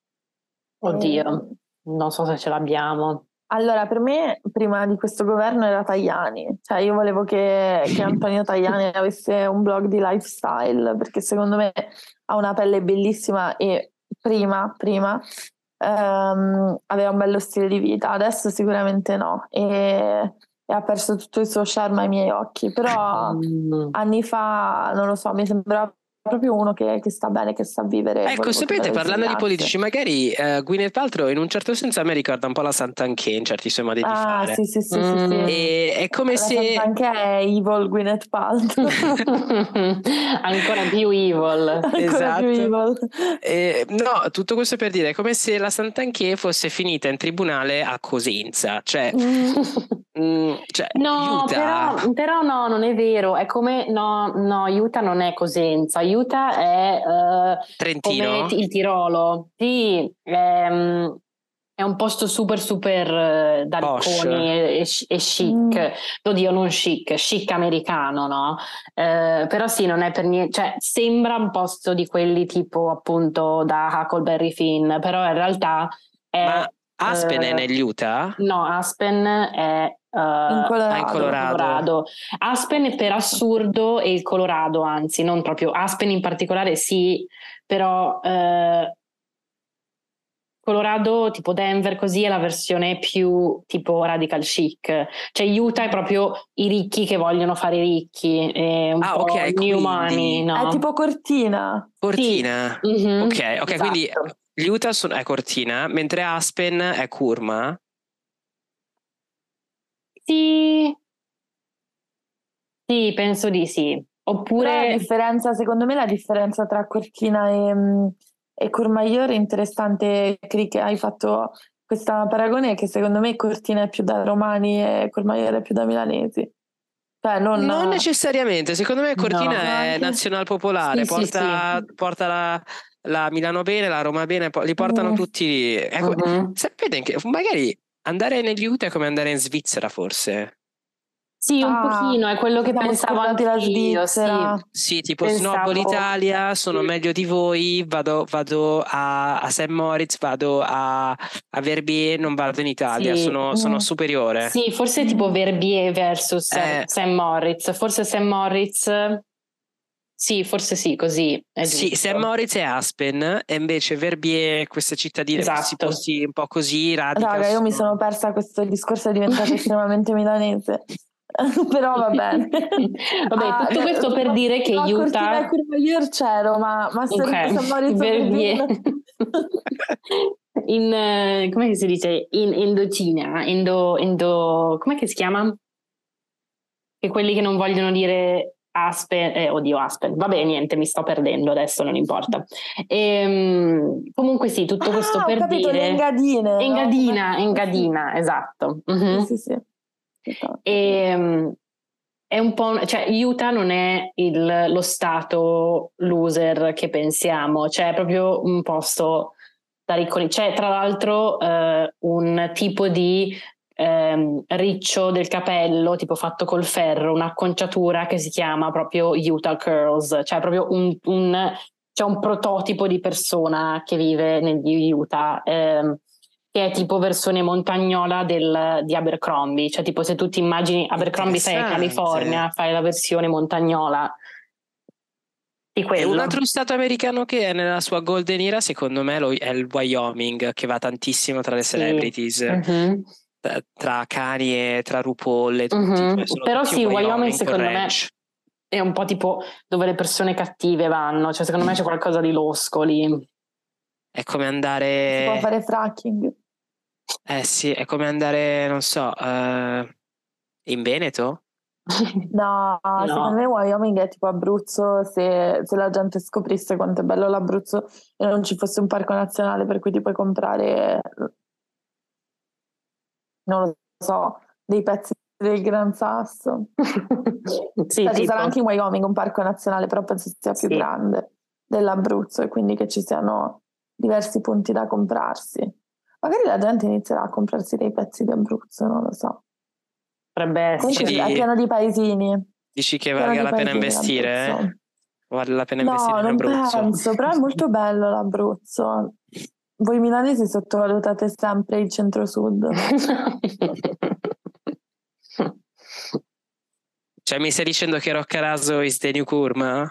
Oddio, non so se ce l'abbiamo. Allora, per me, prima di questo governo era Tajani, cioè io volevo che, che Antonio Tajani avesse un blog di lifestyle, perché secondo me ha una pelle bellissima e prima, prima ehm, aveva un bello stile di vita, adesso sicuramente no, e, e ha perso tutto il suo charme ai miei occhi, però Mm. anni fa, non lo so, mi sembrava proprio uno che, che sta bene, che sa vivere, e Ecco, volevo che sapete, lo parlando di insegnasse. politici, magari eh, Gwyneth Paltrow in un certo senso a me ricorda un po' la Sant'Anché in certi suoi modi di Ah, fare. sì, sì, sì, sì, sì. Mm. E è come La se... Santanchè è Evil Gwyneth Paltrow. Ancora più evil. Ancora più Esatto. evil. Eh, no, tutto questo per dire, è come se la Sant'Anché fosse finita in tribunale a Cosenza, cioè, Mm. mm, cioè No, Utah, però, però no, non è vero. È come no, no, Utah non è Cosenza. Utah è eh, Trentino? come il Tirolo. Sì, è, è un posto super super eh, da Posh. ricconi e, e- e chic. Mm. Oddio, non chic, chic americano, no? Eh, però sì, non è per niente, cioè sembra un posto di quelli tipo appunto da Huckleberry Finn, però in realtà è Ma Aspen è eh, negli Utah? no, Aspen è eh, In Ah, in Colorado. Colorado. Colorado. Aspen per assurdo e il Colorado, anzi, non proprio Aspen in particolare, sì, però eh, Colorado, tipo Denver, così è la versione più tipo radical chic. Cioè Utah è proprio i ricchi che vogliono fare i ricchi, è un Ah, po' ok, new quindi money, no? È tipo Cortina. Cortina. Sì. Mhm, Ok, ok, quindi esatto. gli Utah sono, è Cortina, mentre Aspen è Curma. Sì, sì, penso di sì. Però la Oppure differenza, secondo me, la differenza tra Cortina e, mm, e Courmayeur è interessante, Cri, che hai fatto questa paragone, è che secondo me Cortina è più da romani e Courmayeur è più da milanesi. Cioè, non... Non necessariamente, secondo me Cortina no. è Anche... nazional-popolare, Sì, sì, porta, sì. porta la, la Milano bene, la Roma bene, po- li portano Mm. tutti lì. Ecco, Mhm. sapete che magari andare negli Utah è come andare in Svizzera, forse. Sì, un Ah, pochino, è quello ci che siamo pensavo scordati anche la io, sì. Svizzera. Sì, tipo snobbo Pensavo l'Italia, sono sì. meglio di voi, vado, vado a, a Saint Moritz, vado a, a Verbier, non vado in Italia, Sì. sono, sono Mm. superiore. Sì, forse tipo Verbier versus Eh, Saint Moritz, forse Saint Moritz, sì, forse sì, così è sì, Saint giusto. Moritz e Aspen, e invece Verbier, queste cittadine, questi Esatto. posti un po' così, radical, Raga, io mi sono... sono persa questo discorso, è diventato estremamente milanese. Però va bene. Vabbè, Ah, tutto ne- questo per dire che no, a Cortina e Utah. Courmayeur c'ero, ma Master Ok, San Maurizio Verbier. Verbier. In, eh, come si dice? In Indocina, Indo, Indo, com'è che si chiama? Che quelli che non vogliono dire Aspen, eh, oddio Aspen, vabbè niente, mi sto perdendo adesso, non importa. Ehm, comunque sì, tutto questo Ah, ho per capito, le dire... engadine, no? Engadina, Come- sì, Engadina, esatto. sì, Mhm. sì, sì. Esatto. E, è un po', cioè Utah non è il- lo stato loser che pensiamo, cioè è proprio un posto da ricconi. C'è tra l'altro eh, un tipo di ehm, riccio del capello, tipo fatto col ferro, un'acconciatura che si chiama proprio Utah Curls, cioè proprio un, un, c'è un prototipo di persona che vive negli Utah. ehm, che è tipo versione montagnola del, di Abercrombie, cioè tipo se tu ti immagini Abercrombie sei a Interessante. California, fai la versione montagnola di E quello. un altro stato americano che è nella sua golden era, secondo me, lo- è il Wyoming, che va tantissimo tra le Sì. celebrities, Mhm. tra, tra Kanye, tra RuPaul e tutti, Mhm. cioè sono Però tutti sì, Wyoming Wyoming con secondo me ranch. è un po' tipo dove le persone cattive vanno, cioè secondo me c'è qualcosa di losco lì. È come Si può andare, fare fracking. eh sì, è come andare, non so, eh, in Veneto? No, No. secondo me Wyoming è tipo Abruzzo se, se la gente scoprisse quanto è bello l'Abruzzo e non ci fosse un parco nazionale per cui ti puoi comprare, non lo so, dei pezzi del Gran Sasso. Sì, Cioè, ci tipo, sarà anche in Wyoming un parco nazionale, però penso sia più Sì. grande dell'Abruzzo e quindi che ci siano diversi punti da comprarsi. Magari la gente inizierà a comprarsi dei pezzi di Abruzzo, non lo so. potrebbe Comunque Dici essere. di- è pieno di paesini. Dici che Pieno valga di la pena paesini investire? l'Abruzzo. eh? Vale la pena No, investire in non Abruzzo? penso, però è molto bello l'Abruzzo. Voi milanesi sottovalutate sempre il centro-sud. Cioè, mi stai dicendo che Roccaraso is the new Kurma?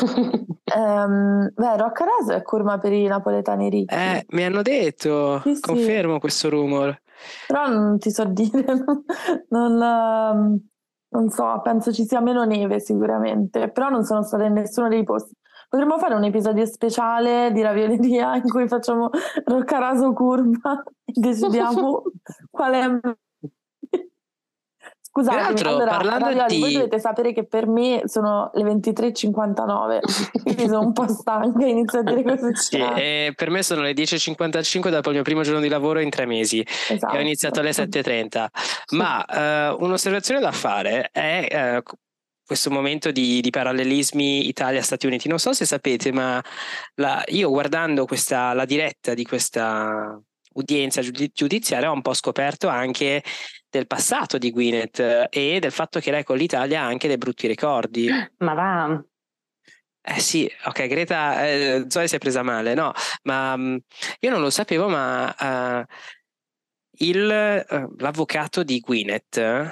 Ehm, beh, Roccaraso è curma per i napoletani ricchi. Eh, mi hanno detto, Sì, sì. confermo questo rumor. Però non ti so dire, non, ehm, non so, penso ci sia meno neve sicuramente, però non sono stata in nessuno dei posti. Potremmo fare un episodio speciale di ravioleria in cui facciamo Roccaraso curva e decidiamo qual è. Scusatemi, Peraltro, allora, parlando ravioli, voi di- dovete sapere che per me sono le ventitré e cinquantanove, quindi sono un po' stanca, inizio a dire cose Sì, strane. e per me sono le dieci e cinquantacinque dopo il mio primo giorno di lavoro in tre mesi e Esatto. ho iniziato alle sette e trenta. Ma eh, un'osservazione da fare è eh, questo momento di, di parallelismi Italia-Stati Uniti. Non so se sapete, ma la- io guardando questa, la diretta di questa udienza giudi- giudiziaria ho un po' scoperto anche del passato di Gwyneth eh, e del fatto che lei con l'Italia ha anche dei brutti ricordi. Ma va. Eh sì, ok, Greta, eh, Zoe si è presa male, no, ma mh, io non lo sapevo, ma eh, il, eh, l'avvocato di Gwyneth eh,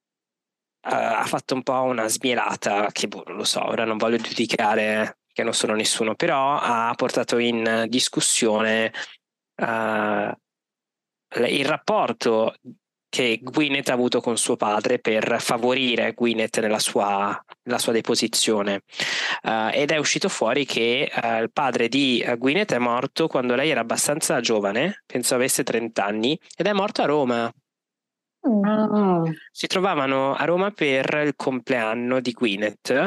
ha fatto un po' una smielata, che boh, non lo so, ora non voglio giudicare, che non sono nessuno, però ha portato in discussione eh, il rapporto che Gwyneth ha avuto con suo padre per favorire Gwyneth nella sua, nella sua deposizione. Uh, ed è uscito fuori che uh, il padre di uh, Gwyneth è morto quando lei era abbastanza giovane, penso avesse trenta anni, ed è morto a Roma. Mm. Ah. Si trovavano a Roma per il compleanno di Gwyneth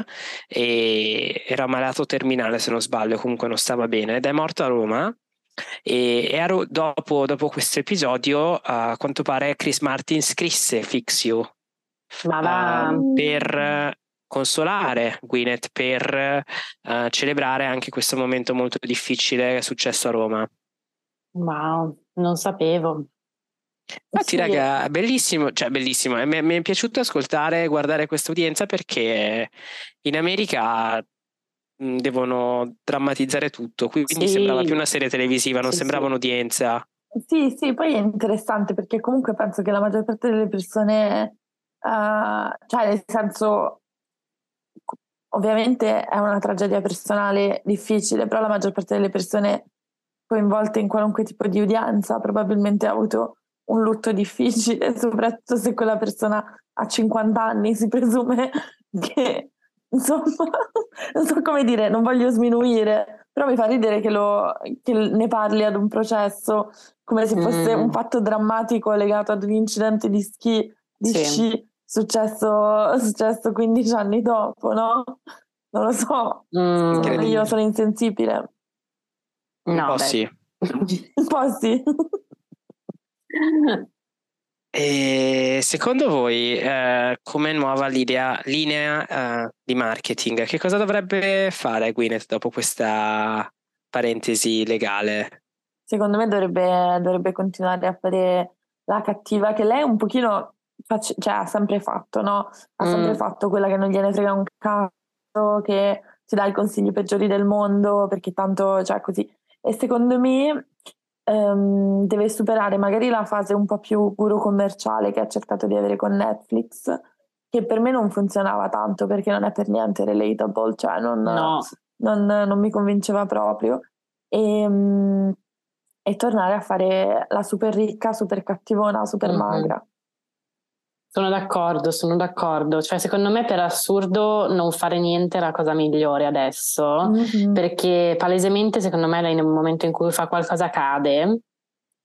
e era malato terminale se non sbaglio, comunque non stava bene ed è morto a Roma. E, e ero- dopo, dopo questo episodio, uh, a quanto pare Chris Martin scrisse Fix You Ma va. uh, per uh, consolare Gwyneth, per uh, celebrare anche questo momento molto difficile che è successo a Roma. Wow, non sapevo. Infatti, Sì. raga, è bellissimo, cioè bellissimo, mi, mi è piaciuto ascoltare e guardare questa udienza perché in America mh, devono drammatizzare tutto, quindi Sì. sembrava più una serie televisiva, non Sì, sembrava sì. un'udienza. Sì, sì, poi è interessante perché comunque penso che la maggior parte delle persone, eh, cioè nel senso, ovviamente è una tragedia personale difficile, però la maggior parte delle persone coinvolte in qualunque tipo di udienza probabilmente ha avuto un lutto difficile, soprattutto se quella persona ha cinquanta anni, si presume che, insomma, non so come dire, non voglio sminuire, però mi fa ridere che, lo, che ne parli ad un processo come se fosse Mm. un fatto drammatico legato ad un incidente di schi, di Sì. sci successo, successo quindici anni dopo, no? Non lo so, Mm. Incredibile. io sono insensibile. Un No, po' beh. sì. Un po' sì. E secondo voi, eh, come nuova linea, linea eh, di marketing, che cosa dovrebbe fare Gwyneth dopo questa parentesi legale? Secondo me dovrebbe, dovrebbe continuare a fare la cattiva che lei un pochino face- cioè, ha sempre fatto, no? Ha sempre Mm. fatto quella che non gliene frega un cazzo, che ti dà i consigli peggiori del mondo, perché tanto, cioè, così. E secondo me ehm, deve superare magari la fase un po' più guru commerciale che ha cercato di avere con Netflix, che per me non funzionava tanto perché non è per niente relatable, cioè non, No. non, non mi convinceva proprio. E, mm, e tornare a fare la super ricca, super cattivona, super Mhm. magra. Sono d'accordo, sono d'accordo. Cioè, secondo me per assurdo non fare niente è la cosa migliore adesso, Mhm. perché palesemente secondo me lei nel momento in cui fa qualcosa cade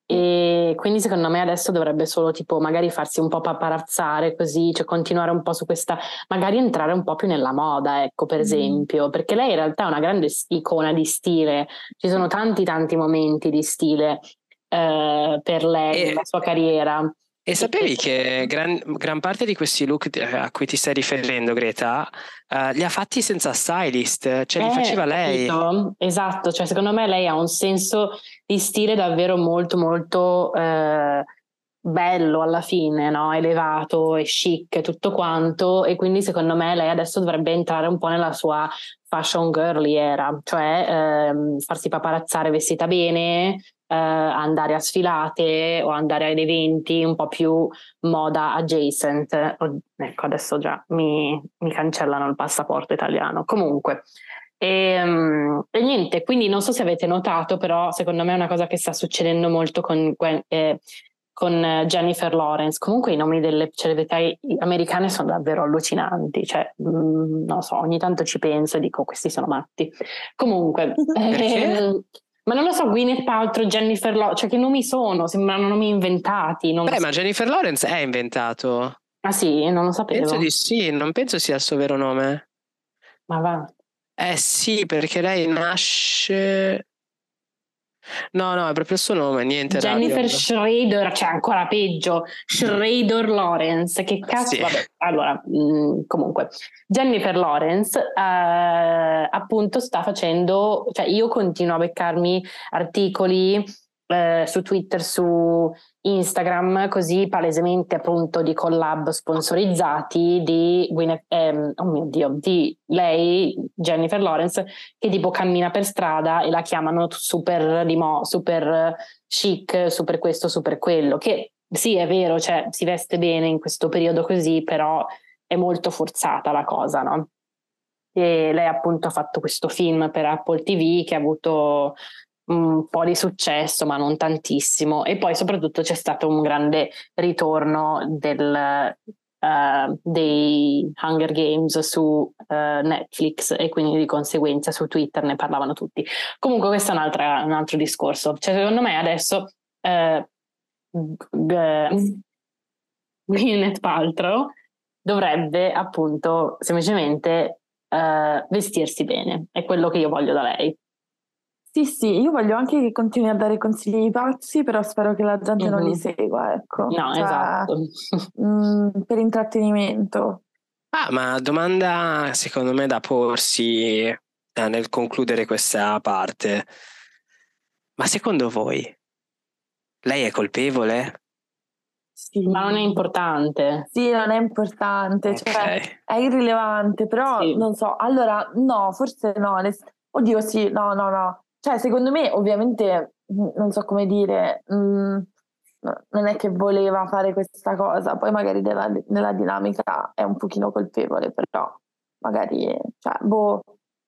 E quindi secondo me adesso dovrebbe solo tipo magari farsi un po' paparazzare così, cioè continuare un po' su questa, magari entrare un po' più nella moda, ecco, per esempio, perché lei in realtà è una grande icona di stile, ci sono tanti tanti momenti di stile eh, per lei E- nella sua carriera. E sapevi che gran, gran parte di questi look eh, a cui ti stai riferendo, Greta, eh, li ha fatti senza stylist, cioè li Eh, faceva lei. capito? Esatto, cioè secondo me lei ha un senso di stile davvero molto molto eh, bello alla fine, no? Elevato e chic e tutto quanto, e quindi secondo me lei adesso dovrebbe entrare un po' nella sua fashion girly era, cioè ehm, farsi paparazzare vestita bene, eh, andare a sfilate o andare ad eventi un po' più moda adjacent. O- ecco, adesso già mi, mi cancellano il passaporto italiano. Comunque, e, mm, e niente, quindi non so se avete notato, però secondo me è una cosa che sta succedendo molto con, Gwen- eh, con eh, Jennifer Lawrence. Comunque i nomi delle celebrità americane sono davvero allucinanti, cioè mm, non lo so, ogni tanto ci penso e dico questi sono matti. Comunque, Perché? ehm, ma non lo so, Gwyneth Paltrow, Jennifer Lawrence, cioè che nomi sono? Sembrano nomi inventati, non lo Beh, so. ma Jennifer Lawrence è inventato. Ah sì, non lo Penso sapevo. di sì, non penso sia il suo vero nome. Ma va. Eh sì, perché lei nasce... No, no, è proprio il suo nome, niente Jennifer Raviol. Schrader, cioè ancora peggio, Schrader Lawrence, che cazzo, Sì. vabbè, allora, mh, comunque, Jennifer Lawrence eh, appunto sta facendo, cioè io continuo a beccarmi articoli eh, su Twitter, su Instagram, così palesemente appunto di collab sponsorizzati di Gwyneth, ehm, oh mio Dio, di lei, Jennifer Lawrence, che tipo cammina per strada e la chiamano super di mo, super chic, super questo, super quello, che sì è vero, cioè si veste bene in questo periodo così, però è molto forzata la cosa, no? E lei appunto ha fatto questo film per Apple T V che ha avuto un po' di successo, ma non tantissimo, e poi soprattutto c'è stato un grande ritorno del Uh, dei Hunger Games su uh, Netflix, e quindi di conseguenza su Twitter ne parlavano tutti. Comunque questo è un, altra, un altro discorso, cioè secondo me adesso uh, g- Gwyneth Paltrow dovrebbe appunto semplicemente uh, vestirsi bene, è quello che io voglio da lei. Sì, sì, io voglio anche che continui a dare consigli pazzi, però spero che la gente non li Mhm. segua, ecco. No, Cioè, esatto. mh, per intrattenimento. Ah, ma domanda secondo me da porsi eh, nel concludere questa parte. Ma secondo voi lei è colpevole? Sì. Ma non è importante. Sì, non è importante, Ok. cioè è irrilevante, però Sì. non so, allora no, forse no, nel- oddio sì, no, no, no, cioè secondo me ovviamente, mh, non so come dire, mh, no- non è che voleva fare questa cosa, poi magari nella, nella dinamica è un pochino colpevole, però magari, cioè, boh,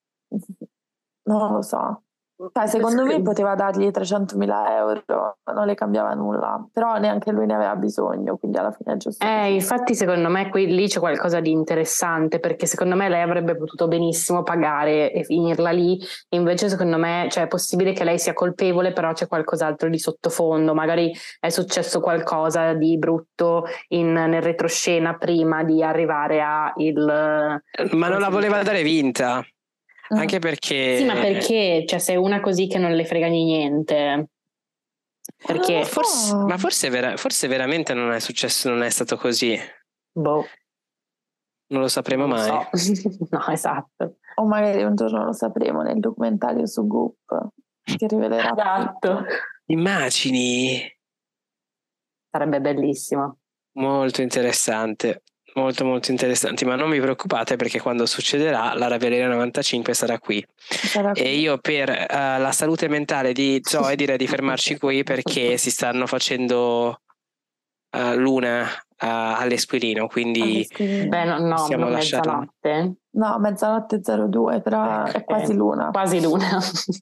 non lo so. Cioè, secondo me poteva dargli trecentomila euro, non le cambiava nulla, però neanche lui ne aveva bisogno, quindi alla fine è giusto Eh, così. infatti secondo me qui, lì c'è qualcosa di interessante, perché secondo me lei avrebbe potuto benissimo pagare e finirla lì, e invece secondo me, cioè, è possibile che lei sia colpevole, però c'è qualcos'altro di sottofondo, magari è successo qualcosa di brutto in, nel retroscena prima di arrivare a il... Ma non la voleva dare vinta, Mm. anche perché... Sì, ma perché? Cioè, sei una così che non le frega di niente. Perché? Non lo Forse, so. ma forse, vera- forse veramente non è successo, non è stato così. Boh, Non lo sapremo non lo mai. so. No, esatto. O magari un giorno lo sapremo nel documentario su Goop che rivelerà Esatto. tutto. Immagini, Sarebbe bellissimo. molto interessante, molto molto interessanti, ma non vi preoccupate perché quando succederà la Ravioleria novantacinque sarà qui. Sarà E qui. io per eh, la salute mentale di Zoe direi di fermarci qui perché si stanno facendo eh, l'una eh, all'Esquilino, quindi All'Esquilino. Beh, no, no, possiamo non lasciarla. mezzanotte. No, mezzanotte zero due, però Ecco. è quasi Eh, l'una. Quasi l'una.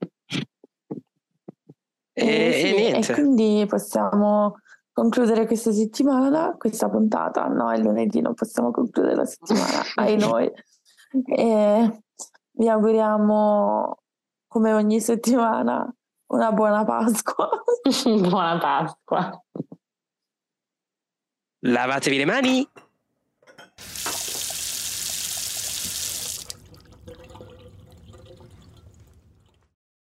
E, E, e sì, e niente. quindi possiamo concludere questa settimana, questa puntata. No, è lunedì, non possiamo concludere la settimana, ai noi. E vi auguriamo, come ogni settimana, Una buona Pasqua. Buona Pasqua. Lavatevi le mani.